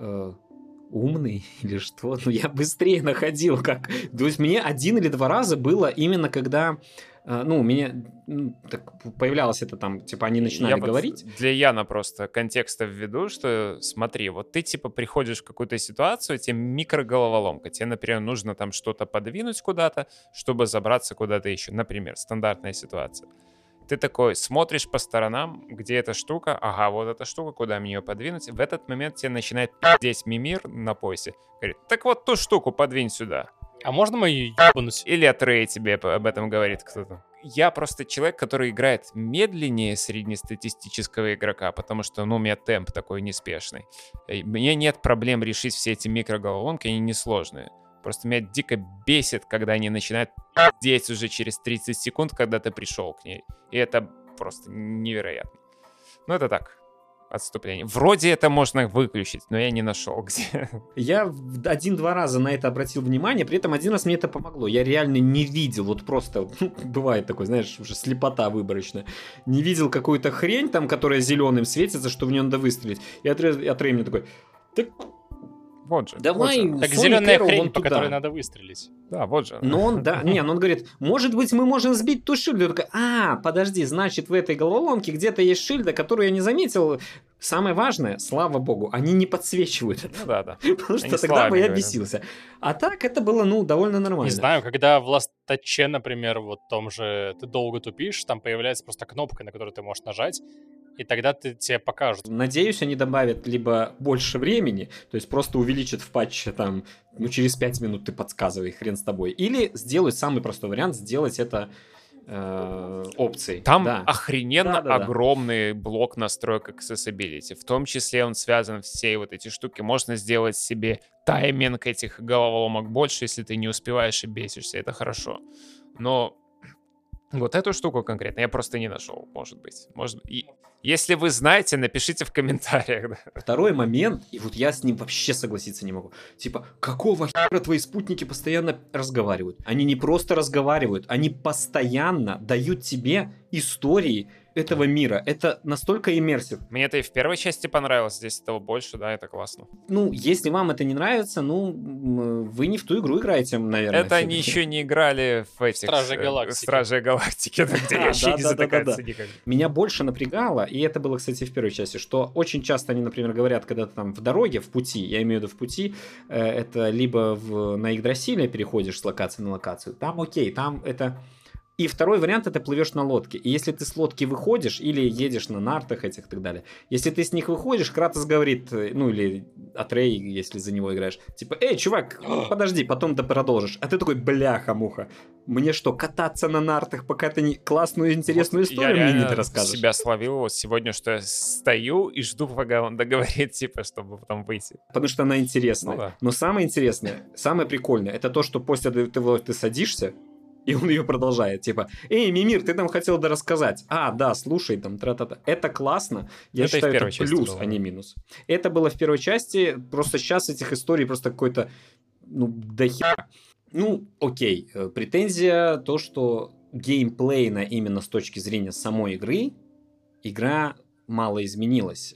умный или что, но я быстрее находил как. То есть мне 1 или 2 раза было именно когда, у меня так появлялось это там, типа они начинали говорить. Для Яна просто контекста введу, что смотри, вот ты типа приходишь в какую-то ситуацию, тебе микроголоволомка, тебе, например, нужно там что-то подвинуть куда-то, чтобы забраться куда-то еще, например, стандартная ситуация. Ты такой смотришь по сторонам, где эта штука, ага, вот эта штука, куда мне ее подвинуть. В этот момент тебе начинает пиздеть мимир на поясе. Говорит, так вот ту штуку подвинь сюда. А можно мы ее ебануть? Или Атрей тебе об этом говорит кто-то. Я просто человек, который играет медленнее среднестатистического игрока, потому что, у меня темп такой неспешный. Мне нет проблем решить все эти микроголоволомки, они несложные. Просто меня дико бесит, когда они начинают пиздеть уже через 30 секунд, когда ты пришел к ней. И это просто невероятно. Это так, отступление. Вроде это можно выключить, но я не нашел где. Я 1-2 раза на это обратил внимание, при этом 1 раз мне это помогло. Я реально не видел, вот просто, бывает такой, знаешь, уже слепота выборочная. Не видел какую-то хрень там, которая зеленым светится, что в нее надо выстрелить. И Атрей мне такой, так... Вот же. Давай, вот же. Так зеленая хрень, по которой надо выстрелить. Да, вот же. Но он говорит, может быть, мы можем сбить ту шильду. Я такой, подожди, значит, в этой головоломке где-то есть шильда, которую я не заметил. Самое важное, слава богу, они не подсвечивают это. Да. Потому что тогда бы я бесился. А так это было, довольно нормально. Не знаю, когда в Last Touch, например, вот в том же ты долго тупишь, там появляется просто кнопка, на которую ты можешь нажать, и тогда тебе покажут. Надеюсь, они добавят либо больше времени, то есть просто увеличат в патче там, через 5 минут ты подсказывай, хрен с тобой. Или сделают самый простой вариант, сделать это опцией. Там охрененно огромный блок настроек accessibility. В том числе он связан всей вот эти штуки. Можно сделать себе тайминг этих головоломок больше, если ты не успеваешь и бесишься. Это хорошо. Но вот эту штуку конкретно я просто не нашел, может быть. И если вы знаете, напишите в комментариях. Да. Второй момент, и вот я с ним вообще согласиться не могу. Типа, какого хера твои спутники постоянно разговаривают? Они не просто разговаривают, они постоянно дают тебе истории этого мира. Это настолько иммерсив. Мне это и в первой части понравилось, здесь этого больше, да, это классно. Если вам это не нравится, вы не в ту игру играете, наверное. Это они еще не играли в этих... Стражи Галактики, где вообще не затыкаются никак. Меня больше напрягало, и это было, кстати, в первой части, что очень часто они, например, говорят, когда ты там в дороге, в пути, я имею в виду в пути, это либо на Игдрасиле переходишь с локации на локацию, там окей, там это... И второй вариант — это плывешь на лодке. И если ты с лодки выходишь или едешь на нартах этих и так далее, если ты с них выходишь, Кратос говорит, или Атрей, если за него играешь, типа, эй, чувак, подожди, потом ты продолжишь. А ты такой, бляха-муха, мне что, кататься на нартах, пока ты классную, интересную историю мне не расскажешь? Я себя словил вот сегодня, что я стою и жду, пока он договорит, типа, чтобы потом выйти. Потому что она интересная. Да. Но самое интересное, самое прикольное, это то, что после того, ты садишься, и он ее продолжает, типа, эй, Мимир, ты там хотел рассказать. Да, слушай, там, тра-та-та. Это классно. Я считаю, это плюс, а не минус. Это было в первой части, просто сейчас этих историй просто какой-то, дохера. Окей, претензия то, что геймплейно именно с точки зрения самой игры, игра мало изменилась.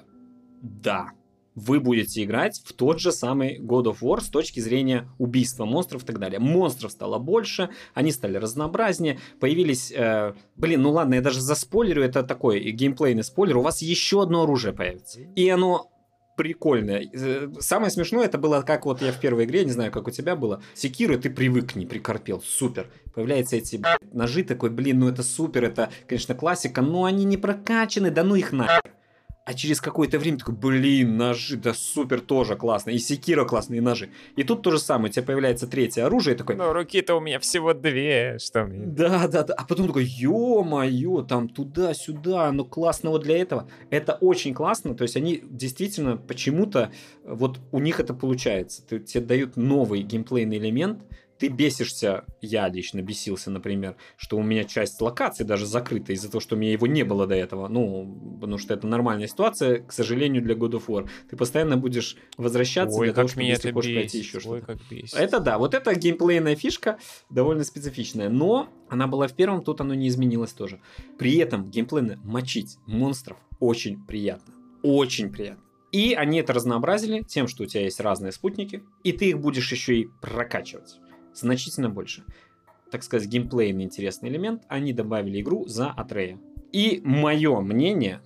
Да. Вы будете играть в тот же самый God of War с точки зрения убийства монстров и так далее. Монстров стало больше, они стали разнообразнее, появились... ладно, я даже заспойлерю, это такой геймплейный спойлер, у вас еще одно оружие появится. И оно прикольное. Самое смешное, это было как вот я в первой игре, не знаю, как у тебя было, Секиро, ты привык к ней, прикорпел, супер. Появляются эти ножи, такой, это супер, это, конечно, классика, но они не прокачаны, да их нахер. А через какое-то время такой, блин, ножи, да супер, тоже классно. И секиро классные ножи. И тут то же самое, у тебя появляется третье оружие, и такой... Но руки-то у меня всего 2, что мне... Да. А потом такой, ё-моё, там туда-сюда, ну классно вот для этого. Это очень классно, то есть они действительно почему-то, вот у них это получается. Тебе дают новый геймплейный элемент, ты бесишься, я лично бесился, например, что у меня часть локаций даже закрыта из-за того, что у меня его не было до этого. Ну, потому что это нормальная ситуация, к сожалению, для God of War. Ты постоянно будешь возвращаться для того, чтобы если хочешь пройти еще что-то. Это да, вот эта геймплейная фишка довольно специфичная, но она была в первом, тут оно не изменилось тоже. При этом геймплейно мочить монстров очень приятно. Очень приятно. И они это разнообразили тем, что у тебя есть разные спутники, и ты их будешь еще и прокачивать. Значительно больше. Так сказать, геймплейный интересный элемент. Они добавили игру за Атрея. И мое мнение,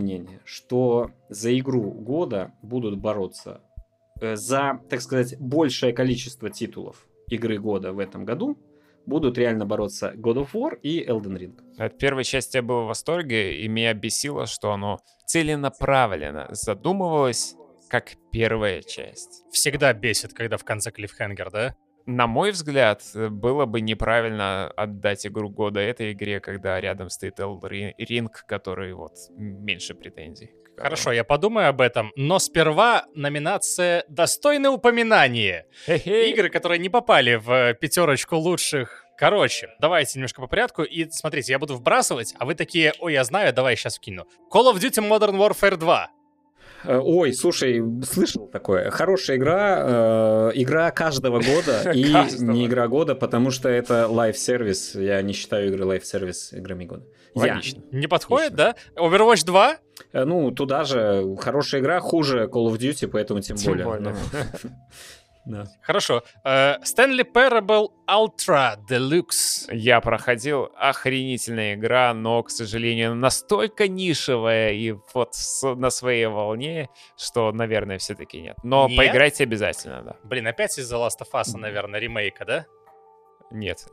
что за игру года будут бороться за, так сказать, большее количество титулов игры года в этом году. Будут реально бороться God of War и Elden Ring. От первой части я был в восторге, и меня бесило, что оно целенаправленно задумывалось как первая часть. Всегда бесит, когда в конце клиффхенгер, да? На мой взгляд, было бы неправильно отдать игру года этой игре, когда рядом стоит Elden Ring, который вот меньше претензий. Хорошо, я подумаю об этом, но сперва номинация «Достойное упоминание». Игры, которые не попали в 5 лучших. Короче, давайте немножко по порядку. И смотрите, я буду вбрасывать, а вы такие, ой, я знаю, давай сейчас вкину. Call of Duty Modern Warfare 2. Ой, слушай, слышал такое. Хорошая игра, игра каждого года и не игра года, потому что это лайв-сервис. Я не считаю игры лайв-сервис играми года. Логично. Не подходит, да? Overwatch 2? Ну, туда же хорошая игра, хуже Call of Duty, поэтому тем более. Да. Хорошо. Stanley Parable Ultra Deluxe. Я проходил, охренительная игра, но, к сожалению, настолько нишевая и вот на своей волне, что, наверное, все-таки нет. Но поиграйте обязательно, да. Блин, опять из-за Last of Us, наверное, ремейка, да? Нет.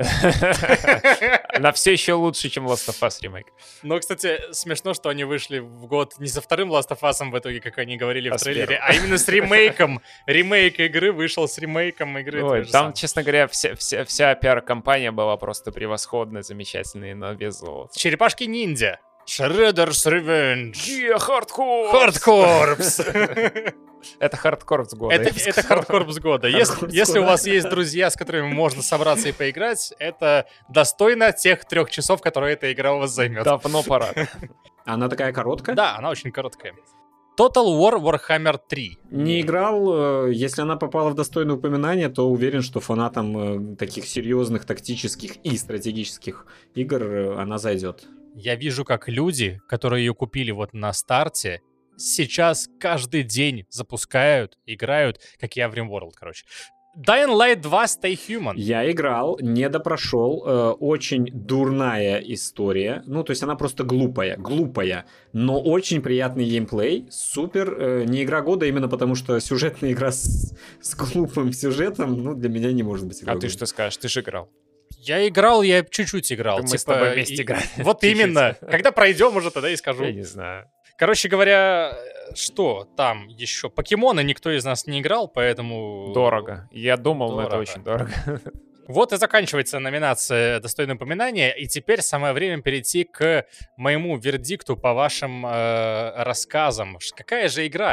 Она все еще лучше, чем Last of Us ремейк. Но, кстати, смешно, что они вышли в год не со вторым Last of Us в итоге, как они говорили в трейлере, а именно с ремейком. Ремейк игры вышел с ремейком игры. Ой, там, честно говоря, вся пиар-компания была просто превосходная, замечательная, на вес золота. Черепашки-ниндзя. Shredder's Revenge. Хардкорпс. Это хардкорпс года. Это хардкорпс года. Если у вас есть друзья, с которыми можно собраться и поиграть, это достойно тех 3 часов, которые эта игра у вас займет. Давно пора. Она такая короткая? Да, она очень короткая. Total War Warhammer 3. Не играл. Если она попала в достойное упоминание, то уверен, что фанатам таких серьезных тактических и стратегических игр она зайдет. Я вижу, как люди, которые ее купили вот на старте, сейчас каждый день запускают, играют, как я в RimWorld, короче. Dying Light 2 Stay Human. Я играл, не допрошел. Очень дурная история. Ну, то есть она просто глупая, но очень приятный геймплей. Супер. Не игра года, именно потому что сюжетная игра с глупым сюжетом, ну, для меня не может быть игра года. Ты что скажешь? Ты же играл. Я играл, я чуть-чуть играл. Мы с тобой вместе играли. Вот именно. Когда пройдем уже, тогда и скажу. Я не знаю. Короче говоря, что там еще? Покемоны никто из нас не играл, поэтому... Дорого. Я думал, но это очень дорого. Вот и заканчивается номинация «Достойное упоминание», и теперь самое время перейти к моему вердикту по вашим рассказам. Какая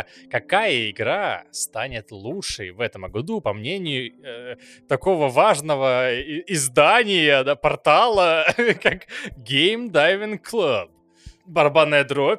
игра станет лучшей в этом году, по мнению такого важного издания, да, портала, как Game Diving Club? Барабанная дробь.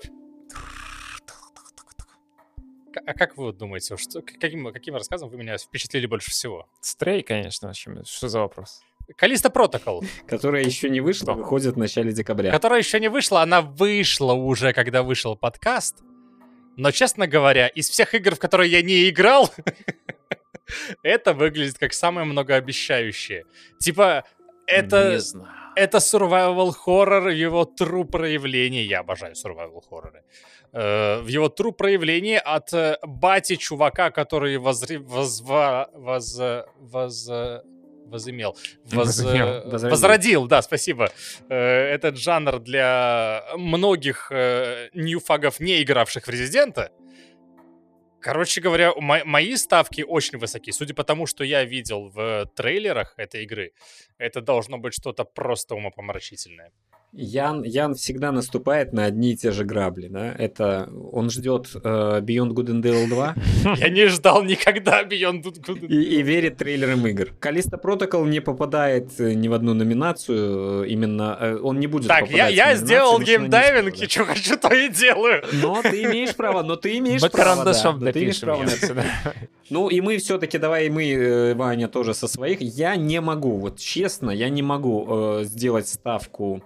А как вы думаете, каким рассказом вы меня впечатлили больше всего? Стрей, конечно. Что за вопрос? Callisto Protocol. Которая еще не вышла, выходит в начале декабря. Которая еще не вышла, она вышла уже, когда вышел подкаст. Но, честно говоря, из всех игр, в которые я не играл, это выглядит как самое многообещающее. Типа, это survival horror в его true проявлении. Я обожаю survival хорроры. В его true проявлении от бати чувака, который возымел. Возымел. Возродил, да, спасибо. Этот жанр для многих ньюфагов, не игравших в Резидента. Короче говоря, мои ставки очень высоки. Судя по тому, что я видел в трейлерах этой игры, это должно быть что-то просто умопомрачительное. Ян всегда наступает на одни и те же грабли, да? Это он ждет Beyond Good and Evil 2 Я не ждал никогда Beyond Good and Evil. и верит трейлерам игр. Callisto Protocol не попадает ни в одну номинацию, именно он не будет попадать в номинации. Так, я сделал геймдайвинг, да. и что хочу, то и делаю. Но ты имеешь право, Мы карандашом допишем. Ну и мы все-таки, давай мы, Ваня, тоже со своих. Я не могу, вот честно, я не могу сделать ставку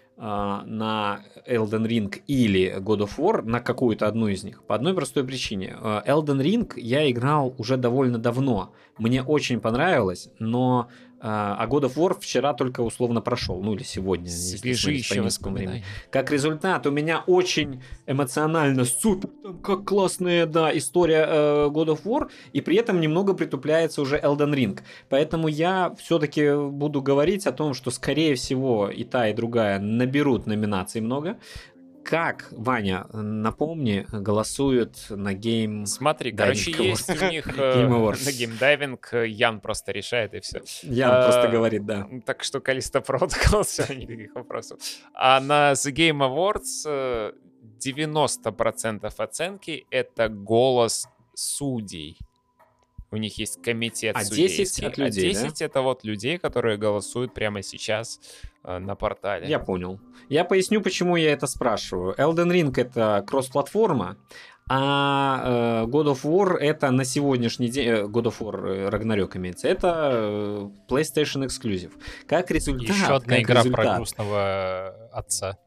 на Elden Ring или God of War, на какую-то одну из них. По одной простой причине. Elden Ring я играл уже довольно давно. Мне очень понравилось, но а God of War вчера только условно прошел, ну или сегодня, Свежище по местному времени. Как результат, у меня очень эмоционально супер, там, как классная, да, история God of War, и при этом немного притупляется уже Elden Ring. Поэтому я все-таки буду говорить о том, что, скорее всего, и та, и другая наберут номинаций много. Как, Ваня, напомни, голосуют на гейм... Смотри, короче, есть у них на геймдайвинг, Ян просто решает, и все. Ян просто говорит, да. Так что Callisto Protocol, все, никаких вопросов. А на The Game Awards 90% оценки — это голос судей. У них есть комитет судейский. 10 от людей, 10 это вот людей, которые голосуют прямо сейчас на портале. Я понял. Я поясню, почему я это спрашиваю. Elden Ring — это кросс-платформа, а God of War — это на сегодняшний день... God of War Ragnarok имеется. Это PlayStation Exclusive. Как результат... Еще одна игра про грустного отца.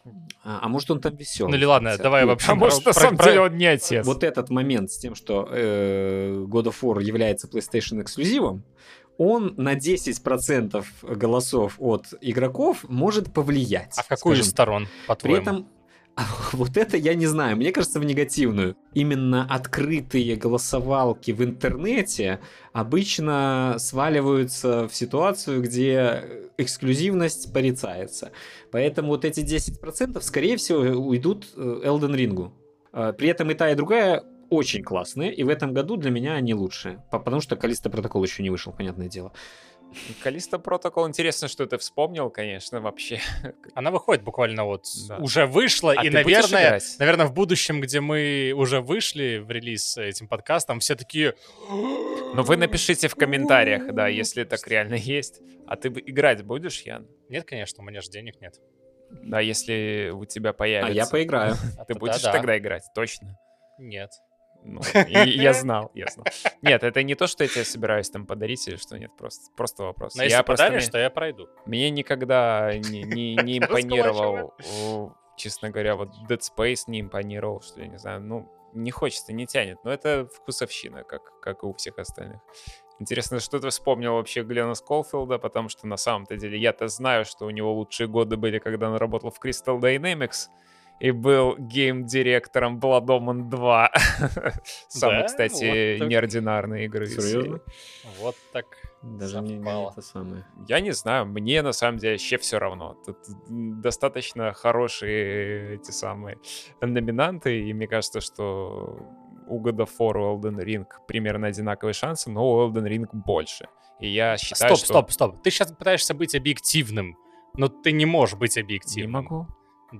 А может, он там веселый? Ну или ладно, давай вообще... А может, на самом деле он не отец. Вот этот момент с тем, что God of War является PlayStation эксклюзивом, он на 10% голосов от игроков может повлиять. А в какую из сторон, по-твоему? При этом вот это я не знаю, мне кажется, в негативную. Именно открытые голосовалки в интернете обычно сваливаются в ситуацию, где эксклюзивность порицается. Поэтому вот эти 10% скорее всего уйдут Elden Ring. При этом и та, и другая очень классные, и в этом году для меня они лучшие. Потому что Callisto Protocol еще не вышел, понятное дело. Callisto Protocol, интересно, что ты вспомнил, конечно, вообще. Она выходит буквально вот, да. Уже вышла, и, наверное, в будущем, где мы уже вышли в релиз этим подкастом, все такие... Ну, вы напишите в комментариях, да, если так реально есть. А ты играть будешь, Ян? Нет, конечно, у меня же денег нет. Да, если у тебя появится... А я поиграю. Ты будешь тогда играть, точно? Нет. Ну, я знал. Нет, это не то, что я тебе собираюсь там подарить или что, нет, просто вопрос. Но если подаришь, то я пройду. Мне никогда не импонировал, честно говоря, вот Dead Space не импонировал, что я не знаю, ну, не хочется, не тянет, но это вкусовщина, как и у всех остальных. Интересно, что ты вспомнил вообще Глена Сколфилда, потому что на самом-то деле я-то знаю, что у него лучшие годы были, когда он работал в Crystal Dynamics, и был гейм-директором Blood Omen 2. Самой, кстати, неординарной игры. Серьезно? Вот так. Даже мне не это самое. Я не знаю, мне на самом деле вообще все равно. Тут достаточно хорошие эти самые номинанты, и мне кажется, что у God of War и Elden Ring примерно одинаковые шансы, но у Elden Ring больше. И я считаю, Стоп. Ты сейчас пытаешься быть объективным, но ты не можешь быть объективным. Не могу.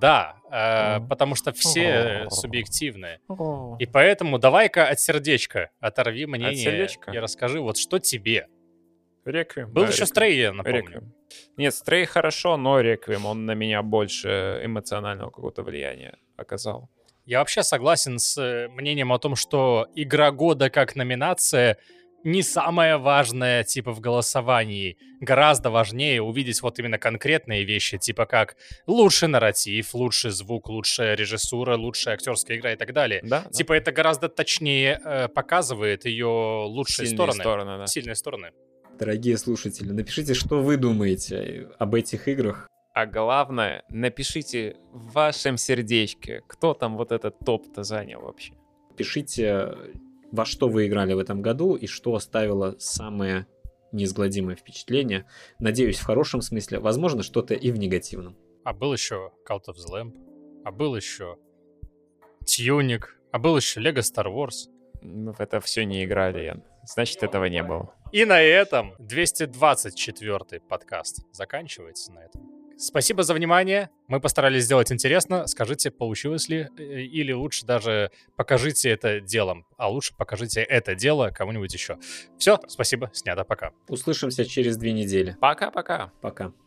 Да, потому что все субъективные. И поэтому давай-ка от сердечка оторви мнение и расскажи, вот что тебе. Реквием. Был еще Стрей, я напомню. Реквием. Нет, Стрей хорошо, но Реквием, он на меня больше эмоционального какого-то влияния оказал. Я вообще согласен с мнением о том, что игра года как номинация не самое важное, типа, в голосовании. Гораздо важнее увидеть вот именно конкретные вещи, типа как лучший нарратив, лучший звук, лучшая режиссура, лучшая актерская игра и так далее. Да, типа это гораздо точнее показывает ее лучшие стороны. Сильные стороны. Дорогие слушатели, напишите, что вы думаете об этих играх. А главное, напишите в вашем сердечке, кто там вот этот топ-то занял вообще. Пишите, во что вы играли в этом году и что оставило самые неизгладимое впечатление. Надеюсь, в хорошем смысле. Возможно, что-то и в негативном. А был еще Cult of the Lamb, а был еще Тьюник, а был еще Lego Star Wars. Мы в это все не играли, Ян. Значит, этого не было. И на этом 224-й подкаст заканчивается на этом. Спасибо за внимание. Мы постарались сделать интересно. Скажите, получилось ли? Или лучше даже покажите это делом. А лучше покажите это дело кому-нибудь еще. Все, спасибо, снято, пока. Услышимся через 2 недели. Пока-пока. Пока.